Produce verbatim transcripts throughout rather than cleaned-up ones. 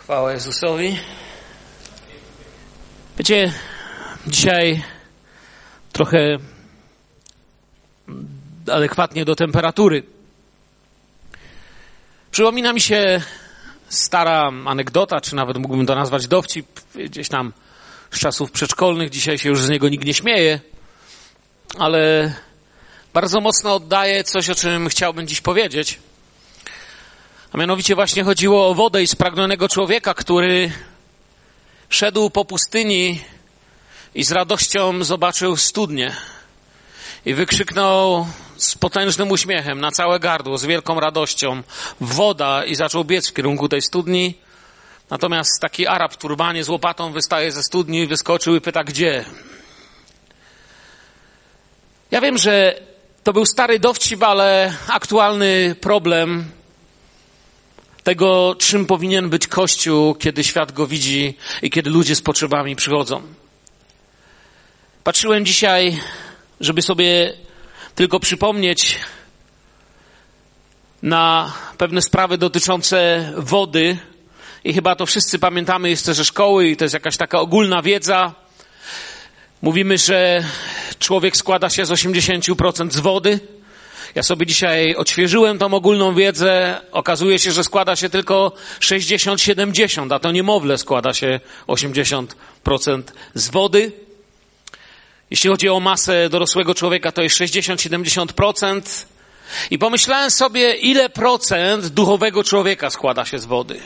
Chwała Jezusowi. Wiecie, dzisiaj trochę adekwatnie do temperatury. Przypomina mi się stara anegdota, czy nawet mógłbym to nazwać dowcip, gdzieś tam z czasów przedszkolnych. Dzisiaj się już z niego nikt nie śmieje, ale bardzo mocno oddaje coś, o czym chciałbym dziś powiedzieć. A mianowicie właśnie chodziło o wodę i spragnionego człowieka, który szedł po pustyni i z radością zobaczył studnię. I wykrzyknął z potężnym uśmiechem na całe gardło, z wielką radością: woda! I zaczął biec w kierunku tej studni. Natomiast taki Arab w turbanie z łopatą wystaje ze studni, wyskoczył i pyta: gdzie? Ja wiem, że to był stary dowcip, ale aktualny problem tego, czym powinien być Kościół, kiedy świat go widzi i kiedy ludzie z potrzebami przychodzą. Patrzyłem dzisiaj, żeby sobie tylko przypomnieć na pewne sprawy dotyczące wody i chyba to wszyscy pamiętamy jeszcze ze szkoły i to jest jakaś taka ogólna wiedza. Mówimy, że człowiek składa się z osiemdziesiąt procent z wody. Ja sobie dzisiaj odświeżyłem tą ogólną wiedzę. Okazuje się, że składa się tylko sześćdziesiąt siedemdziesiąt, a to niemowlę składa się osiemdziesiąt procent z wody. Jeśli chodzi o masę dorosłego człowieka, to jest sześćdziesiąt siedemdziesiąt procent. I pomyślałem sobie, ile procent duchowego człowieka składa się z wody.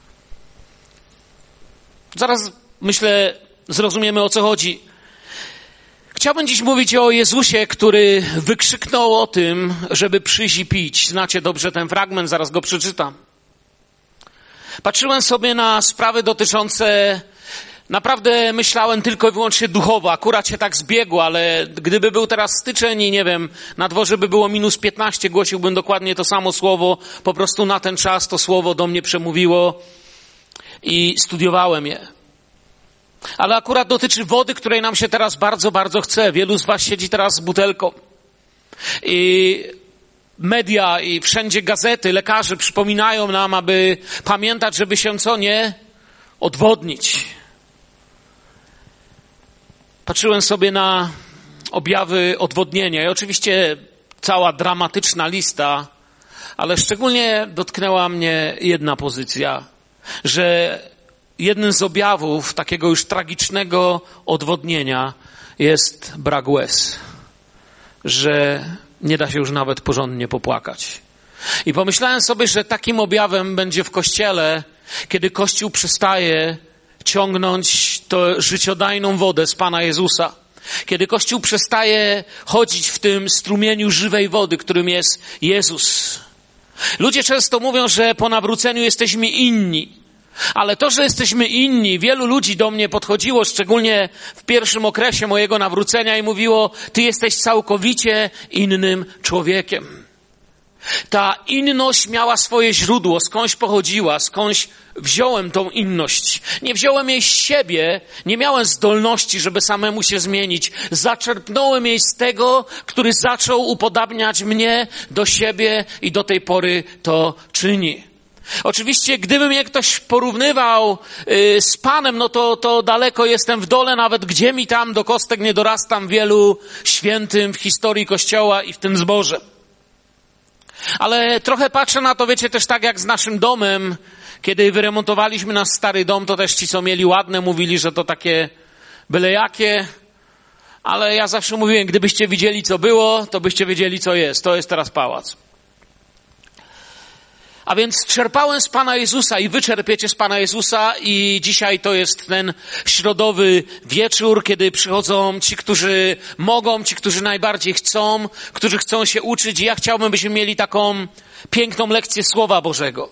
Zaraz, myślę, zrozumiemy, o co chodzi. Chciałbym dziś mówić o Jezusie, który wykrzyknął o tym, żeby przyjść i pić. Znacie dobrze ten fragment, zaraz go przeczytam. Patrzyłem sobie na sprawy dotyczące, naprawdę myślałem tylko i wyłącznie duchowo. Akurat się tak zbiegło, ale gdyby był teraz styczeń i nie wiem, na dworze by było minus piętnaście, głosiłbym dokładnie to samo słowo. Po prostu na ten czas to słowo do mnie przemówiło i studiowałem je. Ale akurat dotyczy wody, której nam się teraz bardzo, bardzo chce. Wielu z was siedzi teraz z butelką. I media i wszędzie gazety, lekarze przypominają nam, aby pamiętać, żeby się co nie odwodnić. Patrzyłem sobie na objawy odwodnienia i oczywiście cała dramatyczna lista, ale szczególnie dotknęła mnie jedna pozycja, że jednym z objawów takiego już tragicznego odwodnienia jest brak łez, że nie da się już nawet porządnie popłakać. I pomyślałem sobie, że takim objawem będzie w Kościele, kiedy Kościół przestaje ciągnąć tę życiodajną wodę z Pana Jezusa. Kiedy Kościół przestaje chodzić w tym strumieniu żywej wody, którym jest Jezus. Ludzie często mówią, że po nawróceniu jesteśmy inni. Ale to, że jesteśmy inni, wielu ludzi do mnie podchodziło, szczególnie w pierwszym okresie mojego nawrócenia i mówiło: ty jesteś całkowicie innym człowiekiem. Ta inność miała swoje źródło, skądś pochodziła, skądś wziąłem tą inność. Nie wziąłem jej z siebie, nie miałem zdolności, żeby samemu się zmienić. Zaczerpnąłem jej z tego, który zaczął upodabniać mnie do siebie i do tej pory to czyni. Oczywiście, gdyby mnie ktoś porównywał y, z Panem, no to, to daleko jestem w dole, nawet gdzie mi tam do kostek nie dorastam wielu świętym w historii Kościoła i w tym zborze. Ale trochę patrzę na to, wiecie, też tak jak z naszym domem. Kiedy wyremontowaliśmy nasz stary dom, to też ci, co mieli ładne, mówili, że to takie byle jakie. Ale ja zawsze mówiłem, gdybyście widzieli, co było, to byście wiedzieli, co jest. To jest teraz pałac. A więc czerpałem z Pana Jezusa i wy czerpiecie z Pana Jezusa i dzisiaj to jest ten środowy wieczór, kiedy przychodzą ci, którzy mogą, ci, którzy najbardziej chcą, którzy chcą się uczyć i ja chciałbym, byśmy mieli taką piękną lekcję Słowa Bożego.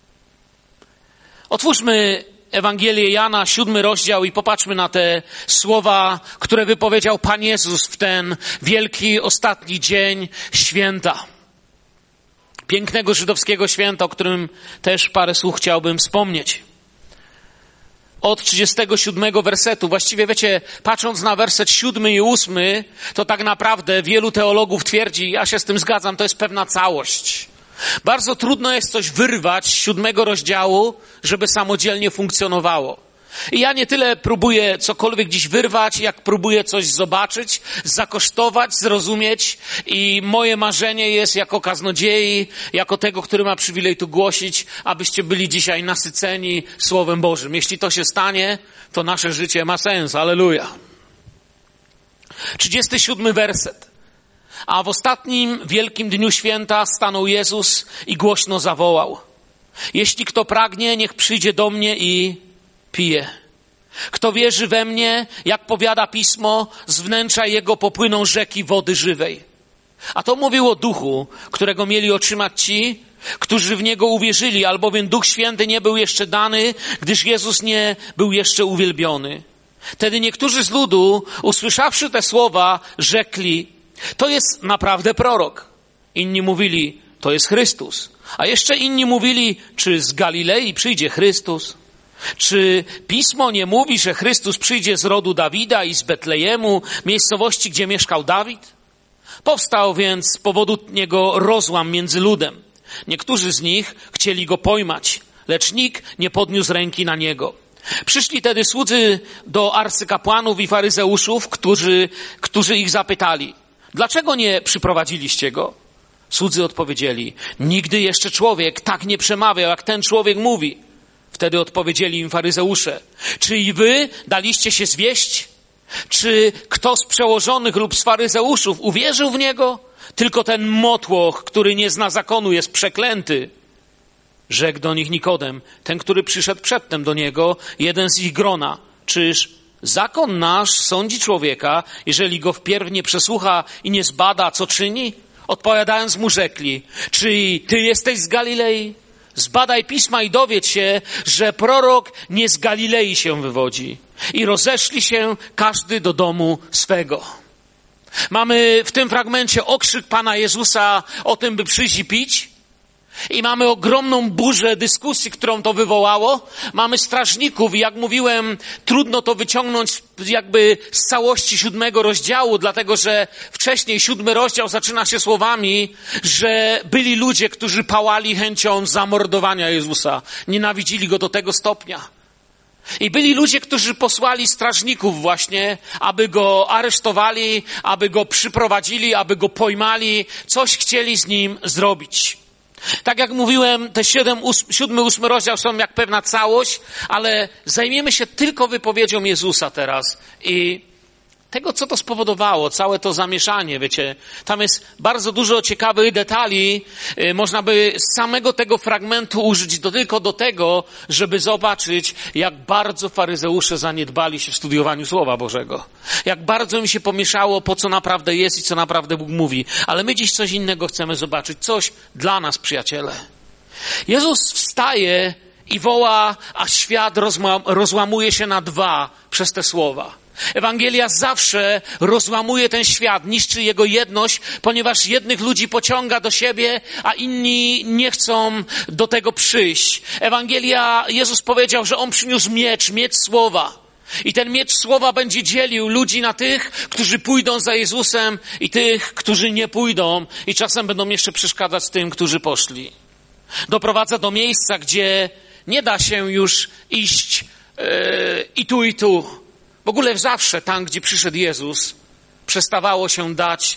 Otwórzmy Ewangelię Jana, siódmy rozdział i popatrzmy na te słowa, które wypowiedział Pan Jezus w ten wielki, ostatni dzień święta. Pięknego żydowskiego święta, o którym też parę słów chciałbym wspomnieć. Od trzydziestego siódmego wersetu, właściwie wiecie, patrząc na werset siódmy i ósmy, to tak naprawdę wielu teologów twierdzi, ja się z tym zgadzam, to jest pewna całość. Bardzo trudno jest coś wyrwać z siódmego rozdziału, żeby samodzielnie funkcjonowało. I ja nie tyle próbuję cokolwiek dziś wyrwać, jak próbuję coś zobaczyć, zakosztować, zrozumieć. I moje marzenie jest jako kaznodziei, jako tego, który ma przywilej tu głosić, abyście byli dzisiaj nasyceni Słowem Bożym. Jeśli to się stanie, to nasze życie ma sens. Alleluja. trzydziesty siódmy werset. A w ostatnim wielkim dniu święta stanął Jezus i głośno zawołał: jeśli kto pragnie, niech przyjdzie do mnie i pije. Kto wierzy we mnie, jak powiada Pismo, z wnętrza jego popłyną rzeki wody żywej. A to mówił o duchu, którego mieli otrzymać ci, którzy w niego uwierzyli, albowiem Duch Święty nie był jeszcze dany, gdyż Jezus nie był jeszcze uwielbiony. Wtedy niektórzy z ludu, usłyszawszy te słowa, rzekli: to jest naprawdę prorok. Inni mówili: to jest Chrystus. A jeszcze inni mówili: czy z Galilei przyjdzie Chrystus? Czy Pismo nie mówi, że Chrystus przyjdzie z rodu Dawida i z Betlejemu, miejscowości, gdzie mieszkał Dawid? Powstał więc z powodu niego rozłam między ludem. Niektórzy z nich chcieli go pojmać, lecz nikt nie podniósł ręki na niego. Przyszli tedy słudzy do arcykapłanów i faryzeuszów, którzy, którzy ich zapytali: dlaczego nie przyprowadziliście go? Słudzy odpowiedzieli: nigdy jeszcze człowiek tak nie przemawiał, jak ten człowiek mówi. Wtedy odpowiedzieli im faryzeusze: czy i wy daliście się zwieść? Czy kto z przełożonych lub z faryzeuszów uwierzył w niego? Tylko ten motłoch, który nie zna zakonu, jest przeklęty. Rzekł do nich Nikodem, ten, który przyszedł przedtem do niego, jeden z ich grona: czyż zakon nasz sądzi człowieka, jeżeli go wpierw nie przesłucha i nie zbada, co czyni? Odpowiadając mu rzekli: czy i ty jesteś z Galilei? Zbadaj Pisma i dowiedz się, że prorok nie z Galilei się wywodzi. I rozeszli się każdy do domu swego. Mamy w tym fragmencie okrzyk Pana Jezusa o tym, by przyjść i pić. I mamy ogromną burzę dyskusji, którą to wywołało. Mamy strażników i jak mówiłem, trudno to wyciągnąć jakby z całości siódmego rozdziału, dlatego że wcześniej siódmy rozdział zaczyna się słowami, że byli ludzie, którzy pałali chęcią zamordowania Jezusa. Nienawidzili go do tego stopnia. I byli ludzie, którzy posłali strażników właśnie, aby go aresztowali, aby go przyprowadzili, aby go pojmali, coś chcieli z nim zrobić. Tak jak mówiłem, te siedem, siódmy, ósmy rozdział są jak pewna całość, ale zajmiemy się tylko wypowiedzią Jezusa teraz i tego, co to spowodowało, całe to zamieszanie, wiecie. Tam jest bardzo dużo ciekawych detali. Można by z samego tego fragmentu użyć do, tylko do tego, żeby zobaczyć, jak bardzo faryzeusze zaniedbali się w studiowaniu Słowa Bożego. Jak bardzo im się pomieszało, po co naprawdę jest i co naprawdę Bóg mówi. Ale my dziś coś innego chcemy zobaczyć. Coś dla nas, przyjaciele. Jezus wstaje i woła, a świat rozma- rozłamuje się na dwa przez te słowa. Ewangelia zawsze rozłamuje ten świat, niszczy jego jedność, ponieważ jednych ludzi pociąga do siebie, a inni nie chcą do tego przyjść. Ewangelia, Jezus powiedział, że On przyniósł miecz, miecz słowa. I ten miecz słowa będzie dzielił ludzi na tych, którzy pójdą za Jezusem i tych, którzy nie pójdą i czasem będą jeszcze przeszkadzać tym, którzy poszli. Doprowadza do miejsca, gdzie nie da się już iść yy, i tu, i tu. W ogóle zawsze tam, gdzie przyszedł Jezus, przestawało się dać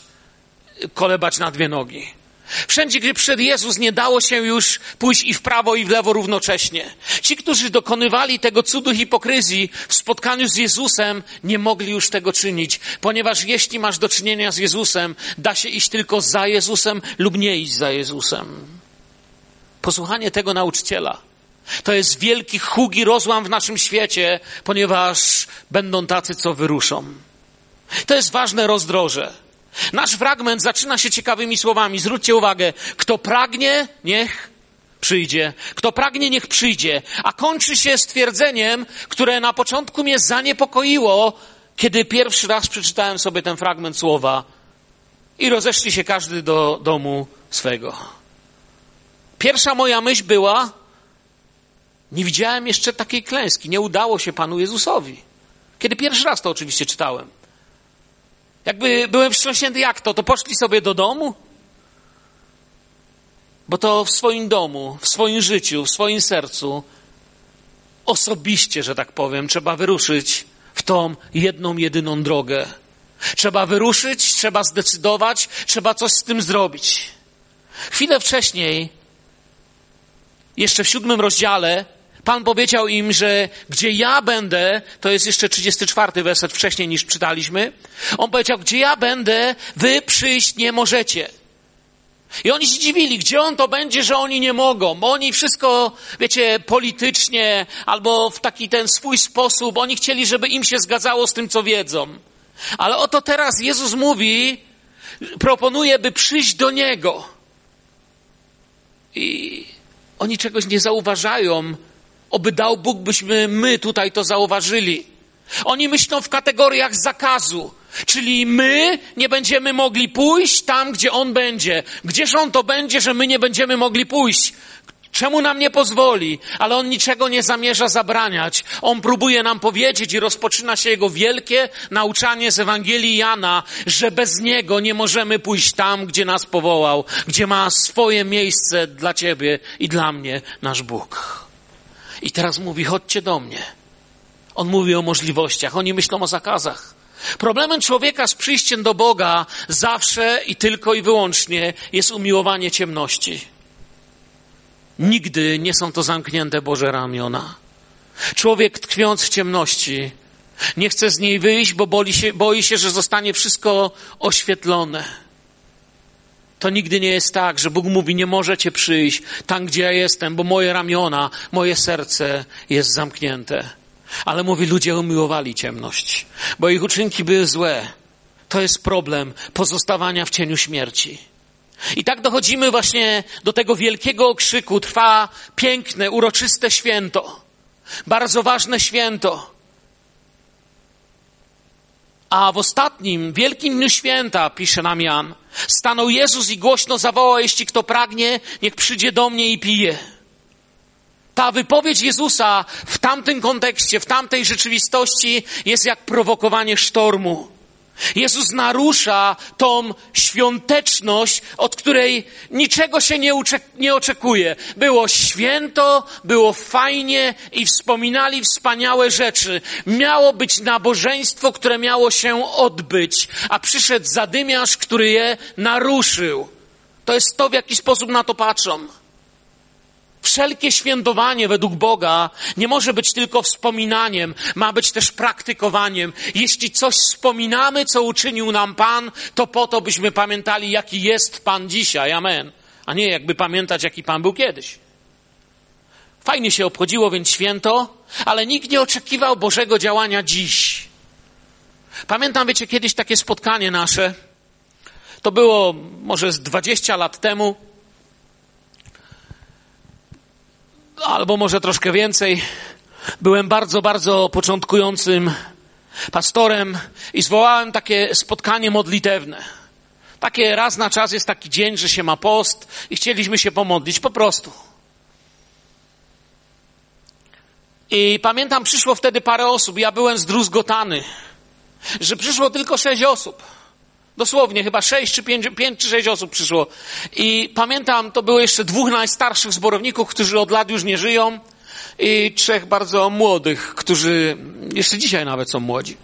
kolebać na dwie nogi. Wszędzie, gdzie przyszedł Jezus, nie dało się już pójść i w prawo, i w lewo równocześnie. Ci, którzy dokonywali tego cudu hipokryzji w spotkaniu z Jezusem, nie mogli już tego czynić, ponieważ jeśli masz do czynienia z Jezusem, da się iść tylko za Jezusem lub nie iść za Jezusem. Posłuchanie tego nauczyciela to jest wielki huk i rozłam w naszym świecie, ponieważ będą tacy, co wyruszą. To jest ważne rozdroże. Nasz fragment zaczyna się ciekawymi słowami. Zwróćcie uwagę, kto pragnie, niech przyjdzie. Kto pragnie, niech przyjdzie. A kończy się stwierdzeniem, które na początku mnie zaniepokoiło, kiedy pierwszy raz przeczytałem sobie ten fragment słowa. I rozeszli się każdy do domu swego. Pierwsza moja myśl była: nie widziałem jeszcze takiej klęski. Nie udało się Panu Jezusowi. Kiedy pierwszy raz to oczywiście czytałem. Jakby byłem wstrząśnięty, jak to? To poszli sobie do domu? Bo to w swoim domu, w swoim życiu, w swoim sercu osobiście, że tak powiem, trzeba wyruszyć w tą jedną, jedyną drogę. Trzeba wyruszyć, trzeba zdecydować, trzeba coś z tym zrobić. Chwilę wcześniej, jeszcze w siódmym rozdziale, Pan powiedział im, że gdzie ja będę, to jest jeszcze trzydziesty czwarty werset wcześniej niż czytaliśmy, On powiedział, gdzie ja będę, wy przyjść nie możecie. I oni się dziwili, gdzie On to będzie, że oni nie mogą, bo oni wszystko, wiecie, politycznie albo w taki ten swój sposób, oni chcieli, żeby im się zgadzało z tym, co wiedzą. Ale oto teraz Jezus mówi, proponuje, by przyjść do Niego. I oni czegoś nie zauważają, oby dał Bóg, byśmy my tutaj to zauważyli. Oni myślą w kategoriach zakazu, czyli my nie będziemy mogli pójść tam, gdzie On będzie. Gdzież On to będzie, że my nie będziemy mogli pójść? Czemu nam nie pozwoli? Ale On niczego nie zamierza zabraniać. On próbuje nam powiedzieć i rozpoczyna się Jego wielkie nauczanie z Ewangelii Jana, że bez Niego nie możemy pójść tam, gdzie nas powołał, gdzie ma swoje miejsce dla Ciebie i dla mnie nasz Bóg. I teraz mówi, chodźcie do mnie. On mówi o możliwościach, oni myślą o zakazach. Problemem człowieka z przyjściem do Boga zawsze i tylko i wyłącznie jest umiłowanie ciemności. Nigdy nie są to zamknięte Boże ramiona. Człowiek tkwiąc w ciemności nie chce z niej wyjść, bo boi się, boi się, że zostanie wszystko oświetlone. To nigdy nie jest tak, że Bóg mówi, nie możecie przyjść tam, gdzie ja jestem, bo moje ramiona, moje serce jest zamknięte. Ale mówi, ludzie umiłowali ciemność, bo ich uczynki były złe. To jest problem pozostawania w cieniu śmierci. I tak dochodzimy właśnie do tego wielkiego okrzyku. Trwa piękne, uroczyste święto. Bardzo ważne święto. A w ostatnim, wielkim dniu święta, pisze nam Jan, stanął Jezus i głośno zawołał, jeśli kto pragnie, niech przyjdzie do mnie i pije. Ta wypowiedź Jezusa w tamtym kontekście, w tamtej rzeczywistości jest jak prowokowanie sztormu. Jezus narusza tą świąteczność, od której niczego się nie, ucze- nie oczekuje. Było święto, było fajnie i wspominali wspaniałe rzeczy. Miało być nabożeństwo, które miało się odbyć, a przyszedł zadymiarz, który je naruszył. To jest to, w jaki sposób na to patrzą. Wszelkie świętowanie według Boga nie może być tylko wspominaniem, ma być też praktykowaniem. Jeśli coś wspominamy, co uczynił nam Pan, to po to, byśmy pamiętali, jaki jest Pan dzisiaj. Amen. A nie jakby pamiętać, jaki Pan był kiedyś. Fajnie się obchodziło więc święto, ale nikt nie oczekiwał Bożego działania dziś. Pamiętam, wiecie, kiedyś takie spotkanie nasze. To było może z dwadzieścia lat temu. Albo może troszkę więcej. Byłem bardzo, bardzo początkującym pastorem i zwołałem takie spotkanie modlitewne. Takie raz na czas jest taki dzień, że się ma post i chcieliśmy się pomodlić po prostu. I pamiętam, przyszło wtedy parę osób. Ja byłem zdruzgotany, że przyszło tylko sześć osób. Dosłownie, chyba sześć czy pięć, pięć czy sześć osób przyszło. I pamiętam, to było jeszcze dwóch najstarszych zborowników, którzy od lat już nie żyją i trzech bardzo młodych, którzy jeszcze dzisiaj nawet są młodzi.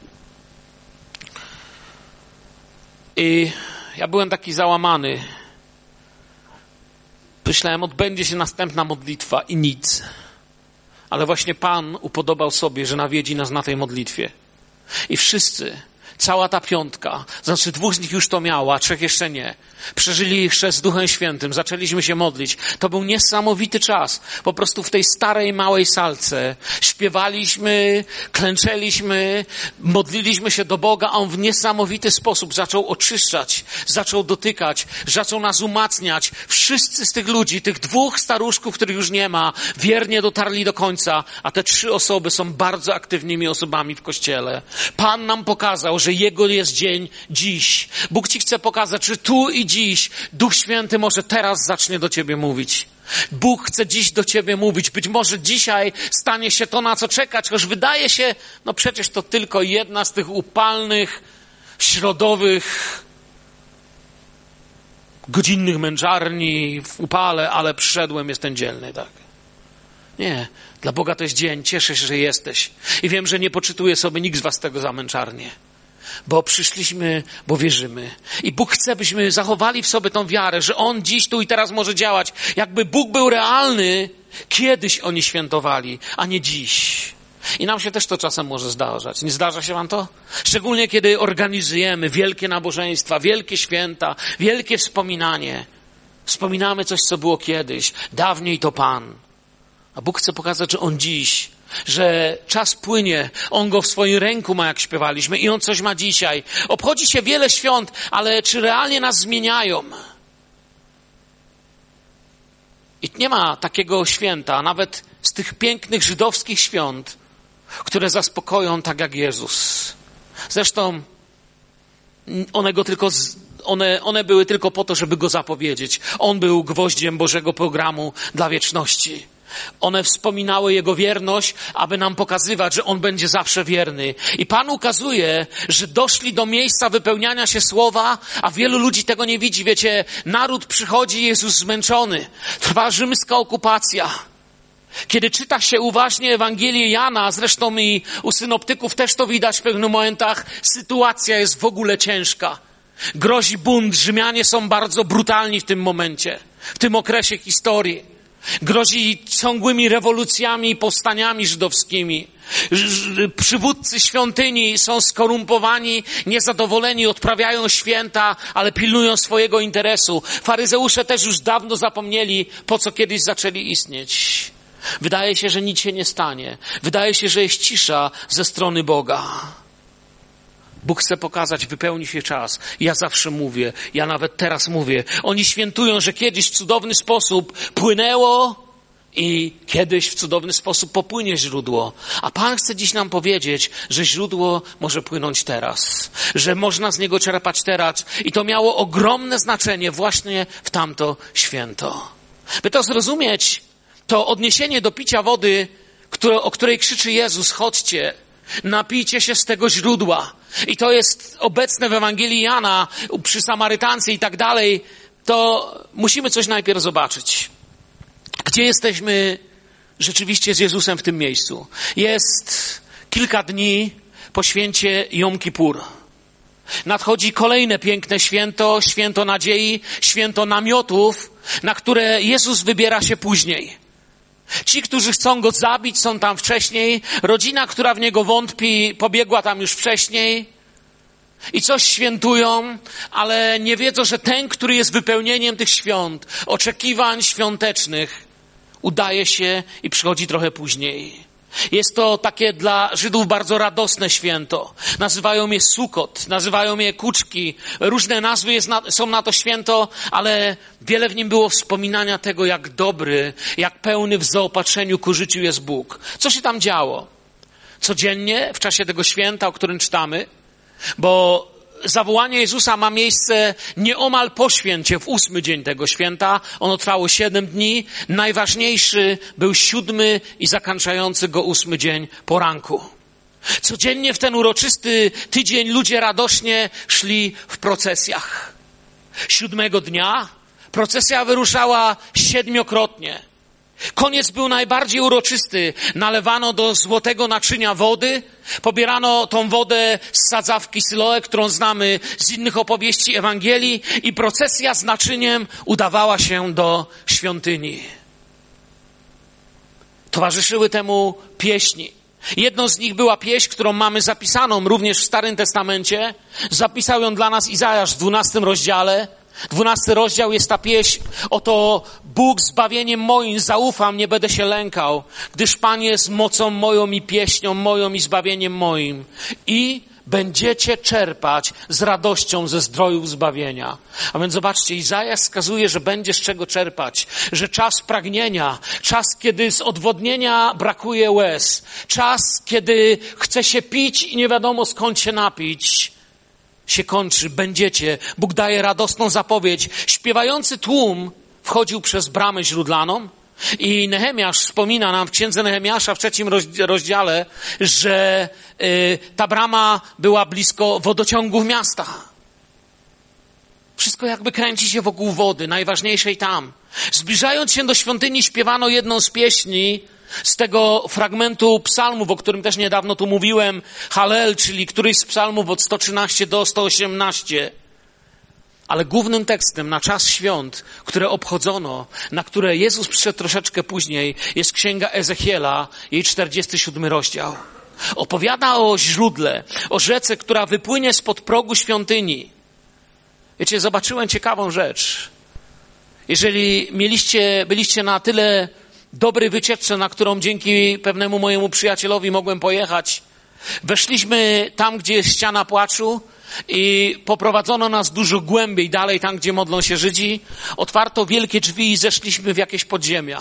I ja byłem taki załamany. Myślałem, odbędzie się następna modlitwa i nic. Ale właśnie Pan upodobał sobie, że nawiedzi nas na tej modlitwie. I wszyscy, cała ta piątka, znaczy dwóch z nich już to miało, a trzech jeszcze nie. Przeżyli ich z Duchem Świętym, zaczęliśmy się modlić. To był niesamowity czas. Po prostu w tej starej, małej salce śpiewaliśmy, klęczeliśmy, modliliśmy się do Boga, a On w niesamowity sposób zaczął oczyszczać, zaczął dotykać, zaczął nas umacniać. Wszyscy z tych ludzi, tych dwóch staruszków, których już nie ma, wiernie dotarli do końca, a te trzy osoby są bardzo aktywnymi osobami w Kościele. Pan nam pokazał, że Jego jest dzień dziś. Bóg ci chce pokazać, że tu i dziś Duch Święty może teraz zacznie do ciebie mówić. Bóg chce dziś do ciebie mówić. Być może dzisiaj stanie się to, na co czekać, choć wydaje się, no przecież to tylko jedna z tych upalnych, środowych godzinnych męczarni, w upale, ale przyszedłem, jestem dzielny, tak? Nie. Dla Boga to jest dzień. Cieszę się, że jesteś. I wiem, że nie poczytuje sobie nikt z was tego za męczarnię. Bo przyszliśmy, bo wierzymy. I Bóg chce, byśmy zachowali w sobie tą wiarę, że On dziś, tu i teraz może działać. Jakby Bóg był realny, kiedyś oni świętowali, a nie dziś. I nam się też to czasem może zdarzać. Nie zdarza się wam to? Szczególnie kiedy organizujemy wielkie nabożeństwa, wielkie święta, wielkie wspominanie. Wspominamy coś, co było kiedyś. Dawniej to Pan. A Bóg chce pokazać, że On dziś, że czas płynie, On go w swoim ręku ma, jak śpiewaliśmy, i On coś ma dzisiaj. Obchodzi się wiele świąt, ale czy realnie nas zmieniają? I nie ma takiego święta, nawet z tych pięknych żydowskich świąt, które zaspokoją tak jak Jezus. Zresztą one go tylko, one, one były tylko po to, żeby go zapowiedzieć. On był gwoździem Bożego programu dla wieczności. One wspominały Jego wierność, aby nam pokazywać, że On będzie zawsze wierny. I Pan ukazuje, że doszli do miejsca wypełniania się słowa, a wielu ludzi tego nie widzi. Wiecie, naród przychodzi, Jezus zmęczony. Trwa rzymska okupacja. Kiedy czyta się uważnie Ewangelię Jana, zresztą i u synoptyków też to widać w pewnych momentach, sytuacja jest w ogóle ciężka. Grozi bunt, Rzymianie są bardzo brutalni w tym momencie, w tym okresie historii. Grozi ciągłymi rewolucjami i powstaniami żydowskimi. Przywódcy świątyni są skorumpowani, niezadowoleni, odprawiają święta, ale pilnują swojego interesu. Faryzeusze też już dawno zapomnieli, po co kiedyś zaczęli istnieć. Wydaje się, że nic się nie stanie. Wydaje się, że jest cisza ze strony Boga. Bóg chce pokazać, wypełni się czas. Ja zawsze mówię, ja nawet teraz mówię. Oni świętują, że kiedyś w cudowny sposób płynęło i kiedyś w cudowny sposób popłynie źródło. A Pan chce dziś nam powiedzieć, że źródło może płynąć teraz. Że można z niego czerpać teraz. I to miało ogromne znaczenie właśnie w tamto święto. By to zrozumieć, to odniesienie do picia wody, które, o której krzyczy Jezus, chodźcie, napijcie się z tego źródła. I to jest obecne w Ewangelii Jana, przy Samarytance i tak dalej. To musimy coś najpierw zobaczyć. Gdzie jesteśmy rzeczywiście z Jezusem w tym miejscu? Jest kilka dni po święcie Jom Kippur. Nadchodzi kolejne piękne święto, święto nadziei, święto namiotów, na które Jezus wybiera się później. Ci, którzy chcą Go zabić, są tam wcześniej. Rodzina, która w Niego wątpi, pobiegła tam już wcześniej. I coś świętują, ale nie wiedzą, że ten, który jest wypełnieniem tych świąt, oczekiwań świątecznych, udaje się i przychodzi trochę później. Jest to takie dla Żydów bardzo radosne święto. Nazywają je Sukot, nazywają je Kuczki. Różne nazwy jest na, są na to święto, ale wiele w nim było wspominania tego, jak dobry, jak pełny w zaopatrzeniu ku życiu jest Bóg. Co się tam działo? Codziennie w czasie tego święta, o którym czytamy, bo zawołanie Jezusa ma miejsce nieomal po święcie, w ósmy dzień tego święta. Ono trwało siedem dni. Najważniejszy był siódmy i zakończający go ósmy dzień poranku. Codziennie w ten uroczysty tydzień ludzie radośnie szli w procesjach. Siódmego dnia procesja wyruszała siedmiokrotnie. Koniec był najbardziej uroczysty. Nalewano do złotego naczynia wody. Pobierano tą wodę z sadzawki Siloe, którą znamy z innych opowieści Ewangelii. I procesja z naczyniem udawała się do świątyni. Towarzyszyły temu pieśni. Jedną z nich była pieśń, którą mamy zapisaną również w Starym Testamencie. Zapisał ją dla nas Izajasz w dwunastym rozdziale. Dwunasty rozdział jest ta pieśń. Oto Bóg zbawieniem moim, zaufam, nie będę się lękał, gdyż Pan jest mocą moją i pieśnią moją i zbawieniem moim. I będziecie czerpać z radością ze zdrojów zbawienia. A więc zobaczcie, Izajasz wskazuje, że będzie z czego czerpać, że czas pragnienia, czas, kiedy z odwodnienia brakuje łez, czas, kiedy chce się pić i nie wiadomo skąd się napić, się kończy, będziecie. Bóg daje radosną zapowiedź. Śpiewający tłum wchodził przez bramę źródlaną i Nehemiasz wspomina nam w księdze Nehemiasza w trzecim rozdziale, że y, ta brama była blisko wodociągów miasta. Wszystko jakby kręci się wokół wody, najważniejszej tam. Zbliżając się do świątyni, śpiewano jedną z pieśni z tego fragmentu psalmów, o którym też niedawno tu mówiłem, Hallel, czyli któryś z psalmów od sto trzynaście do sto osiemnaście. Ale głównym tekstem na czas świąt, które obchodzono, na które Jezus przyszedł troszeczkę później, jest Księga Ezechiela, jej czterdziesty siódmy rozdział. Opowiada o źródle, o rzece, która wypłynie spod progu świątyni. Wiecie, zobaczyłem ciekawą rzecz. Jeżeli mieliście, byliście na tyle dobrej wycieczce, na którą dzięki pewnemu mojemu przyjacielowi mogłem pojechać, weszliśmy tam, gdzie jest ściana płaczu i poprowadzono nas dużo głębiej, dalej tam, gdzie modlą się Żydzi. Otwarto wielkie drzwi i zeszliśmy w jakieś podziemia.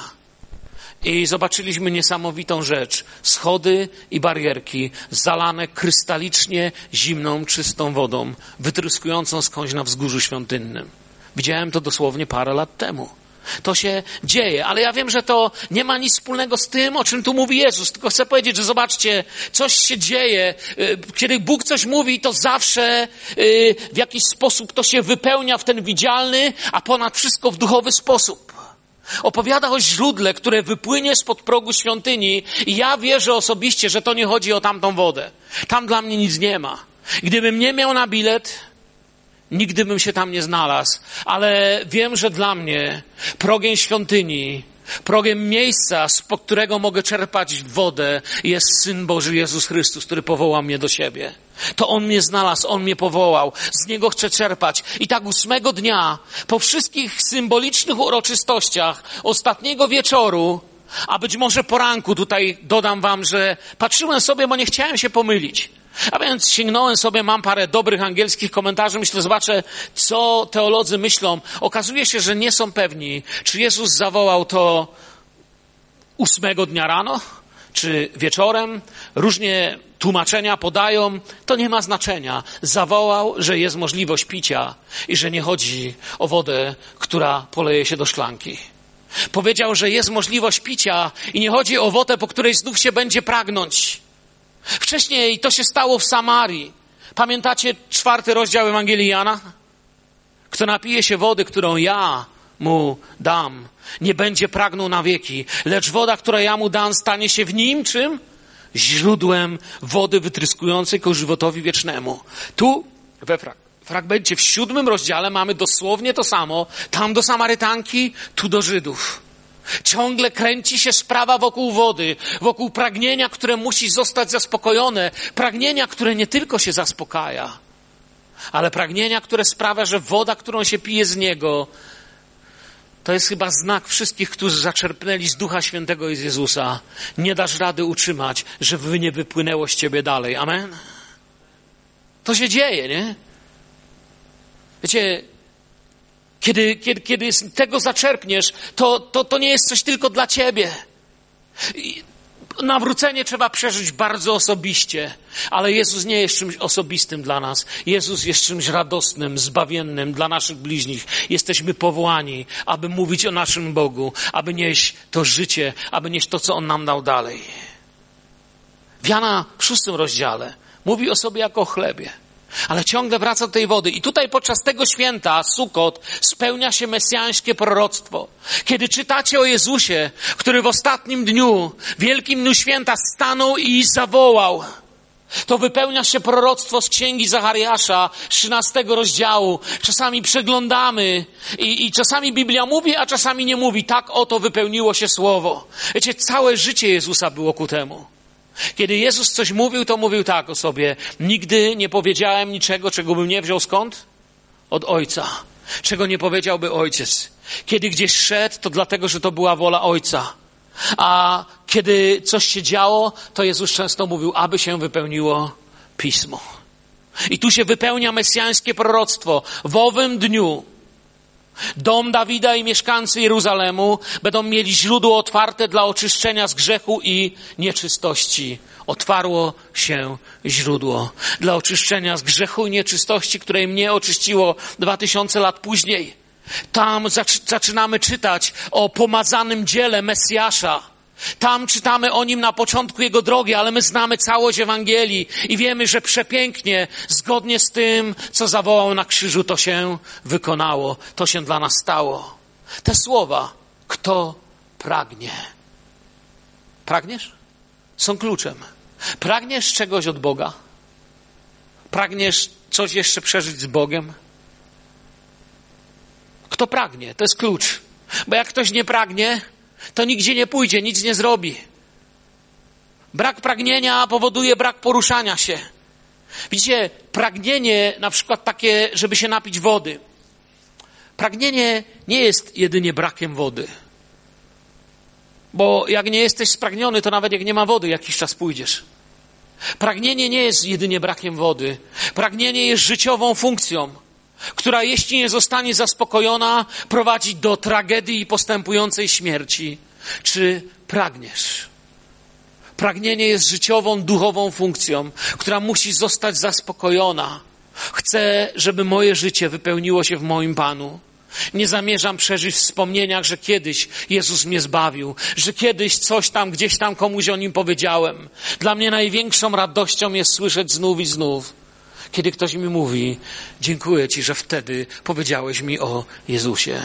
I zobaczyliśmy niesamowitą rzecz. Schody i barierki zalane krystalicznie zimną, czystą wodą, wytryskującą skądś na wzgórzu świątynnym. Widziałem to dosłownie parę lat temu. To się dzieje, ale ja wiem, że to nie ma nic wspólnego z tym, o czym tu mówi Jezus. Tylko chcę powiedzieć, że zobaczcie, coś się dzieje. Kiedy Bóg coś mówi, to zawsze w jakiś sposób to się wypełnia w ten widzialny, a ponad wszystko w duchowy sposób. Opowiada o źródle, które wypłynie spod progu świątyni i ja wierzę osobiście, że to nie chodzi o tamtą wodę. Tam dla mnie nic nie ma. Gdybym nie miał na bilet, nigdy bym się tam nie znalazł, ale wiem, że dla mnie progiem świątyni, progiem miejsca, spod którego mogę czerpać wodę, jest Syn Boży Jezus Chrystus, który powołał mnie do siebie. To On mnie znalazł, On mnie powołał, z Niego chcę czerpać. I tak ósmego dnia, po wszystkich symbolicznych uroczystościach ostatniego wieczoru, a być może poranku, tutaj dodam wam, że patrzyłem sobie, bo nie chciałem się pomylić. A więc sięgnąłem sobie, mam parę dobrych angielskich komentarzy, myślę, zobaczę, co teolodzy myślą. Okazuje się, że nie są pewni, czy Jezus zawołał to ósmego dnia rano, czy wieczorem. Różnie tłumaczenia podają, to nie ma znaczenia. Zawołał, że jest możliwość picia i że nie chodzi o wodę, która poleje się do szklanki. Powiedział, że jest możliwość picia i nie chodzi o wodę, po której znów się będzie pragnąć. Wcześniej to się stało w Samarii. Pamiętacie czwarty rozdział Ewangelii Jana? Kto napije się wody, którą ja mu dam, nie będzie pragnął na wieki, lecz woda, którą ja mu dam, stanie się w nim czym? Źródłem wody wytryskującej ku żywotowi wiecznemu. Tu we frag- fragmencie w siódmym rozdziale mamy dosłownie to samo. Tam do Samarytanki, tu do Żydów. Ciągle kręci się sprawa wokół wody, wokół pragnienia, które musi zostać zaspokojone. Pragnienia, które nie tylko się zaspokaja, ale pragnienia, które sprawia, że woda, którą się pije z Niego, to jest chyba znak wszystkich, którzy zaczerpnęli z Ducha Świętego i z Jezusa. Nie dasz rady utrzymać, żeby nie wypłynęło z ciebie dalej. Amen? To się dzieje, nie? Wiecie, Kiedy, kiedy, kiedy tego zaczerpniesz, to, to, to nie jest coś tylko dla ciebie. I nawrócenie trzeba przeżyć bardzo osobiście, ale Jezus nie jest czymś osobistym dla nas. Jezus jest czymś radosnym, zbawiennym dla naszych bliźnich. Jesteśmy powołani, aby mówić o naszym Bogu, aby nieść to życie, aby nieść to, co On nam dał dalej. W Jana w szóstym rozdziale mówi o sobie jako o chlebie. Ale ciągle wraca do tej wody. I tutaj podczas tego święta, Sukot, spełnia się mesjańskie proroctwo. Kiedy czytacie o Jezusie, który w ostatnim dniu, wielkim dniu święta stanął i zawołał, to wypełnia się proroctwo z księgi Zachariasza, trzynastego rozdziału. Czasami przeglądamy i, i czasami Biblia mówi, a czasami nie mówi. Tak oto wypełniło się słowo. Wiecie, całe życie Jezusa było ku temu. Kiedy Jezus coś mówił, to mówił tak o sobie. Nigdy nie powiedziałem niczego, czego bym nie wziął skąd? Od Ojca. Czego nie powiedziałby Ojciec. Kiedy gdzieś szedł, to dlatego, że to była wola Ojca. A kiedy coś się działo, to Jezus często mówił, aby się wypełniło Pismo. I tu się wypełnia mesjańskie proroctwo. W owym dniu dom Dawida i mieszkańcy Jeruzalemu będą mieli źródło otwarte dla oczyszczenia z grzechu i nieczystości. Otwarło się źródło dla oczyszczenia z grzechu i nieczystości, które mnie oczyściło dwa tysiące lat później. Tam zaczynamy czytać o pomazanym dziele Mesjasza. Tam czytamy o Nim na początku Jego drogi, ale my znamy całość Ewangelii i wiemy, że przepięknie, zgodnie z tym, co zawołał na krzyżu, to się wykonało. To się dla nas stało. Te słowa, kto pragnie. Pragniesz? Są kluczem. Pragniesz czegoś od Boga? Pragniesz coś jeszcze przeżyć z Bogiem? Kto pragnie? To jest klucz. Bo jak ktoś nie pragnie, to nigdzie nie pójdzie, nic nie zrobi. Brak pragnienia powoduje brak poruszania się. Widzicie, pragnienie na przykład takie, żeby się napić wody. Pragnienie nie jest jedynie brakiem wody. Bo jak nie jesteś spragniony, to nawet jak nie ma wody, jakiś czas pójdziesz. Pragnienie nie jest jedynie brakiem wody. Pragnienie jest życiową funkcją, która jeśli nie zostanie zaspokojona, prowadzi do tragedii i postępującej śmierci. Czy pragniesz? Pragnienie jest życiową, duchową funkcją, która musi zostać zaspokojona. Chcę, żeby moje życie wypełniło się w moim Panu. Nie zamierzam przeżyć w wspomnieniach, że kiedyś Jezus mnie zbawił, że kiedyś coś tam, gdzieś tam komuś o Nim powiedziałem. Dla mnie największą radością jest słyszeć znów i znów, kiedy ktoś mi mówi: dziękuję Ci, że wtedy powiedziałeś mi o Jezusie.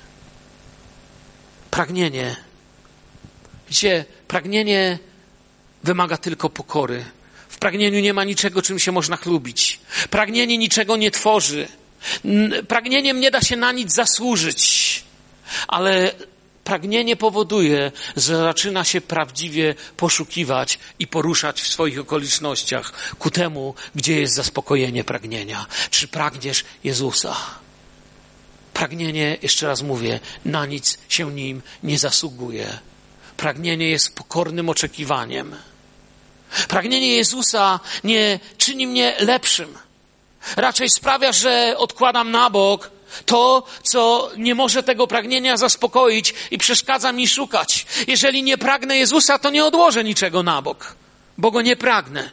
Pragnienie. Widzicie, pragnienie wymaga tylko pokory. W pragnieniu nie ma niczego, czym się można chlubić. Pragnienie niczego nie tworzy. Pragnieniem nie da się na nic zasłużyć. Ale pragnienie powoduje, że zaczyna się prawdziwie poszukiwać i poruszać w swoich okolicznościach ku temu, gdzie jest zaspokojenie pragnienia. Czy pragniesz Jezusa? Pragnienie, jeszcze raz mówię, na nic się nim nie zasługuje. Pragnienie jest pokornym oczekiwaniem. Pragnienie Jezusa nie czyni mnie lepszym. Raczej sprawia, że odkładam na bok to, co nie może tego pragnienia zaspokoić i przeszkadza mi szukać. Jeżeli nie pragnę Jezusa, to nie odłożę niczego na bok, bo Go nie pragnę.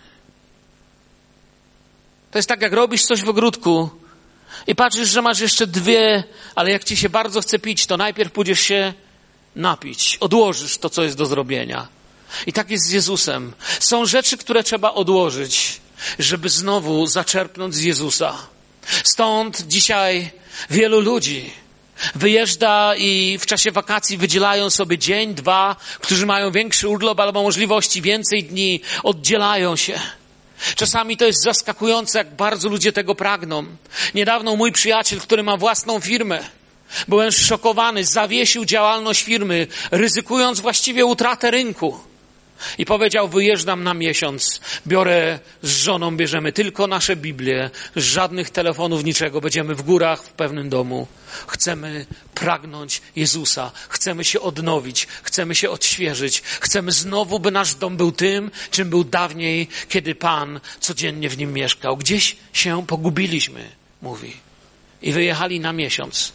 To jest tak, jak robisz coś w ogródku i patrzysz, że masz jeszcze dwie, ale jak ci się bardzo chce pić, to najpierw pójdziesz się napić. Odłożysz to, co jest do zrobienia. I tak jest z Jezusem. Są rzeczy, które trzeba odłożyć, żeby znowu zaczerpnąć z Jezusa. Stąd dzisiaj wielu ludzi wyjeżdża i w czasie wakacji wydzielają sobie dzień, dwa, którzy mają większy urlop albo możliwości, więcej dni, oddzielają się. Czasami to jest zaskakujące, jak bardzo ludzie tego pragną. Niedawno mój przyjaciel, który ma własną firmę, byłem szokowany, zawiesił działalność firmy, ryzykując właściwie utratę rynku. I powiedział: wyjeżdżam na miesiąc, biorę z żoną, bierzemy tylko nasze Biblię, żadnych telefonów, niczego, będziemy w górach, w pewnym domu. Chcemy pragnąć Jezusa, chcemy się odnowić, chcemy się odświeżyć, chcemy znowu, by nasz dom był tym, czym był dawniej, kiedy Pan codziennie w nim mieszkał. Gdzieś się pogubiliśmy, mówi. I wyjechali na miesiąc.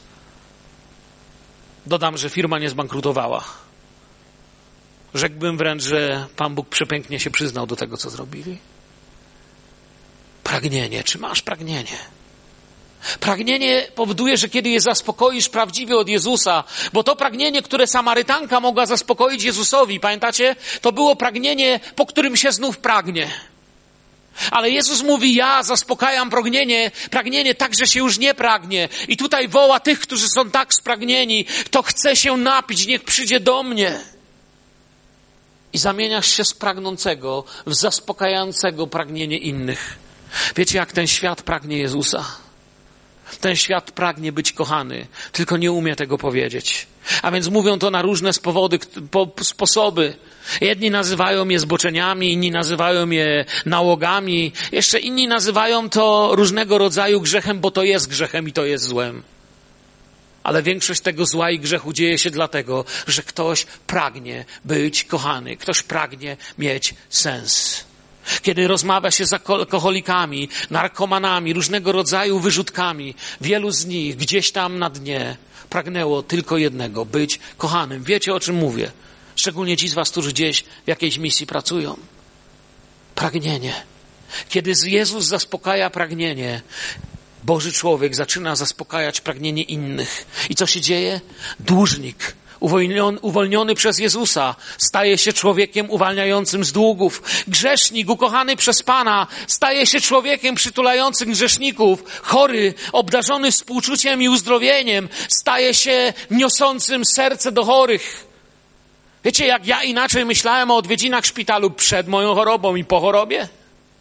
Dodam, że firma nie zbankrutowała. Rzekłbym wręcz, że Pan Bóg przepięknie się przyznał do tego, co zrobili. Pragnienie. Czy masz pragnienie? Pragnienie powoduje, że kiedy je zaspokoisz prawdziwie od Jezusa, bo to pragnienie, które Samarytanka mogła zaspokoić Jezusowi, pamiętacie? To było pragnienie, po którym się znów pragnie. Ale Jezus mówi: ja zaspokajam pragnienie, pragnienie tak, że się już nie pragnie. I tutaj woła tych, którzy są tak spragnieni: kto chce się napić, niech przyjdzie do mnie. I zamieniasz się z pragnącego w zaspokajającego pragnienie innych. Wiecie, jak ten świat pragnie Jezusa? Ten świat pragnie być kochany, tylko nie umie tego powiedzieć. A więc mówią to na różne spowody, po, sposoby. Jedni nazywają je zboczeniami, inni nazywają je nałogami, jeszcze inni nazywają to różnego rodzaju grzechem, bo to jest grzechem i to jest złem. Ale większość tego zła i grzechu dzieje się dlatego, że ktoś pragnie być kochany. Ktoś pragnie mieć sens. Kiedy rozmawia się z alkoholikami, narkomanami, różnego rodzaju wyrzutkami, wielu z nich gdzieś tam na dnie pragnęło tylko jednego: być kochanym. Wiecie, o czym mówię? Szczególnie ci z was, którzy gdzieś w jakiejś misji pracują. Pragnienie. Kiedy Jezus zaspokaja pragnienie, Boży człowiek zaczyna zaspokajać pragnienie innych. I co się dzieje? Dłużnik Uwolniony, uwolniony przez Jezusa staje się człowiekiem uwalniającym z długów. Grzesznik, ukochany przez Pana, staje się człowiekiem przytulającym grzeszników. Chory, obdarzony współczuciem i uzdrowieniem, staje się niosącym serce do chorych. Wiecie, jak ja inaczej myślałem o odwiedzinach w szpitalu przed moją chorobą i po chorobie?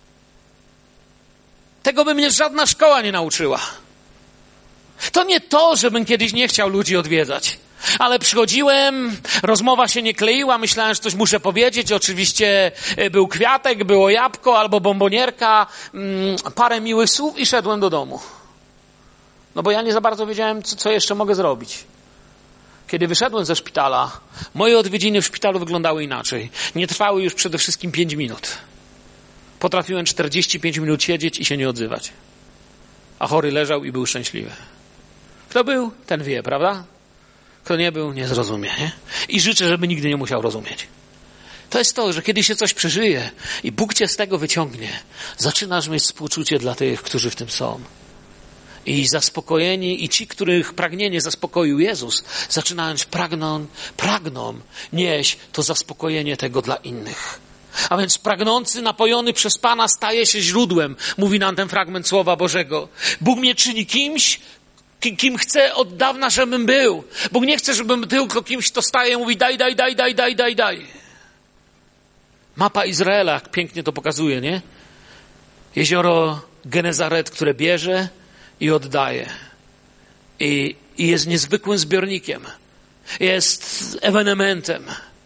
Tego by mnie żadna szkoła nie nauczyła. To nie to, żebym kiedyś nie chciał ludzi odwiedzać. Ale przychodziłem, rozmowa się nie kleiła, myślałem, że coś muszę powiedzieć. Oczywiście był kwiatek, było jabłko albo bombonierka, parę miłych słów i szedłem do domu. No bo ja nie za bardzo wiedziałem, co, co jeszcze mogę zrobić. Kiedy wyszedłem ze szpitala, moje odwiedziny w szpitalu wyglądały inaczej. Nie trwały już przede wszystkim pięć minut. Potrafiłem czterdzieści pięć minut siedzieć i się nie odzywać. A chory leżał i był szczęśliwy. Kto był, ten wie, prawda? Kto nie był, nie zrozumie. Nie? I życzę, żeby nigdy nie musiał rozumieć. To jest to, że kiedy się coś przeżyje i Bóg cię z tego wyciągnie, zaczynasz mieć współczucie dla tych, którzy w tym są. I zaspokojeni, i ci, których pragnienie zaspokoił Jezus, zaczynają pragną, pragną nieść to zaspokojenie tego dla innych. A więc pragnący, napojony przez Pana staje się źródłem, mówi nam ten fragment Słowa Bożego. Bóg mnie czyni kimś, kim chce od dawna, żebym był. Bóg nie chce, żebym tylko kimś, kto staje i mówi daj, daj, daj, daj, daj, daj, daj. Mapa Izraela, jak pięknie to pokazuje, nie? Jezioro Genezaret, które bierze i oddaje. I, i jest niezwykłym zbiornikiem. Jest ewenementem.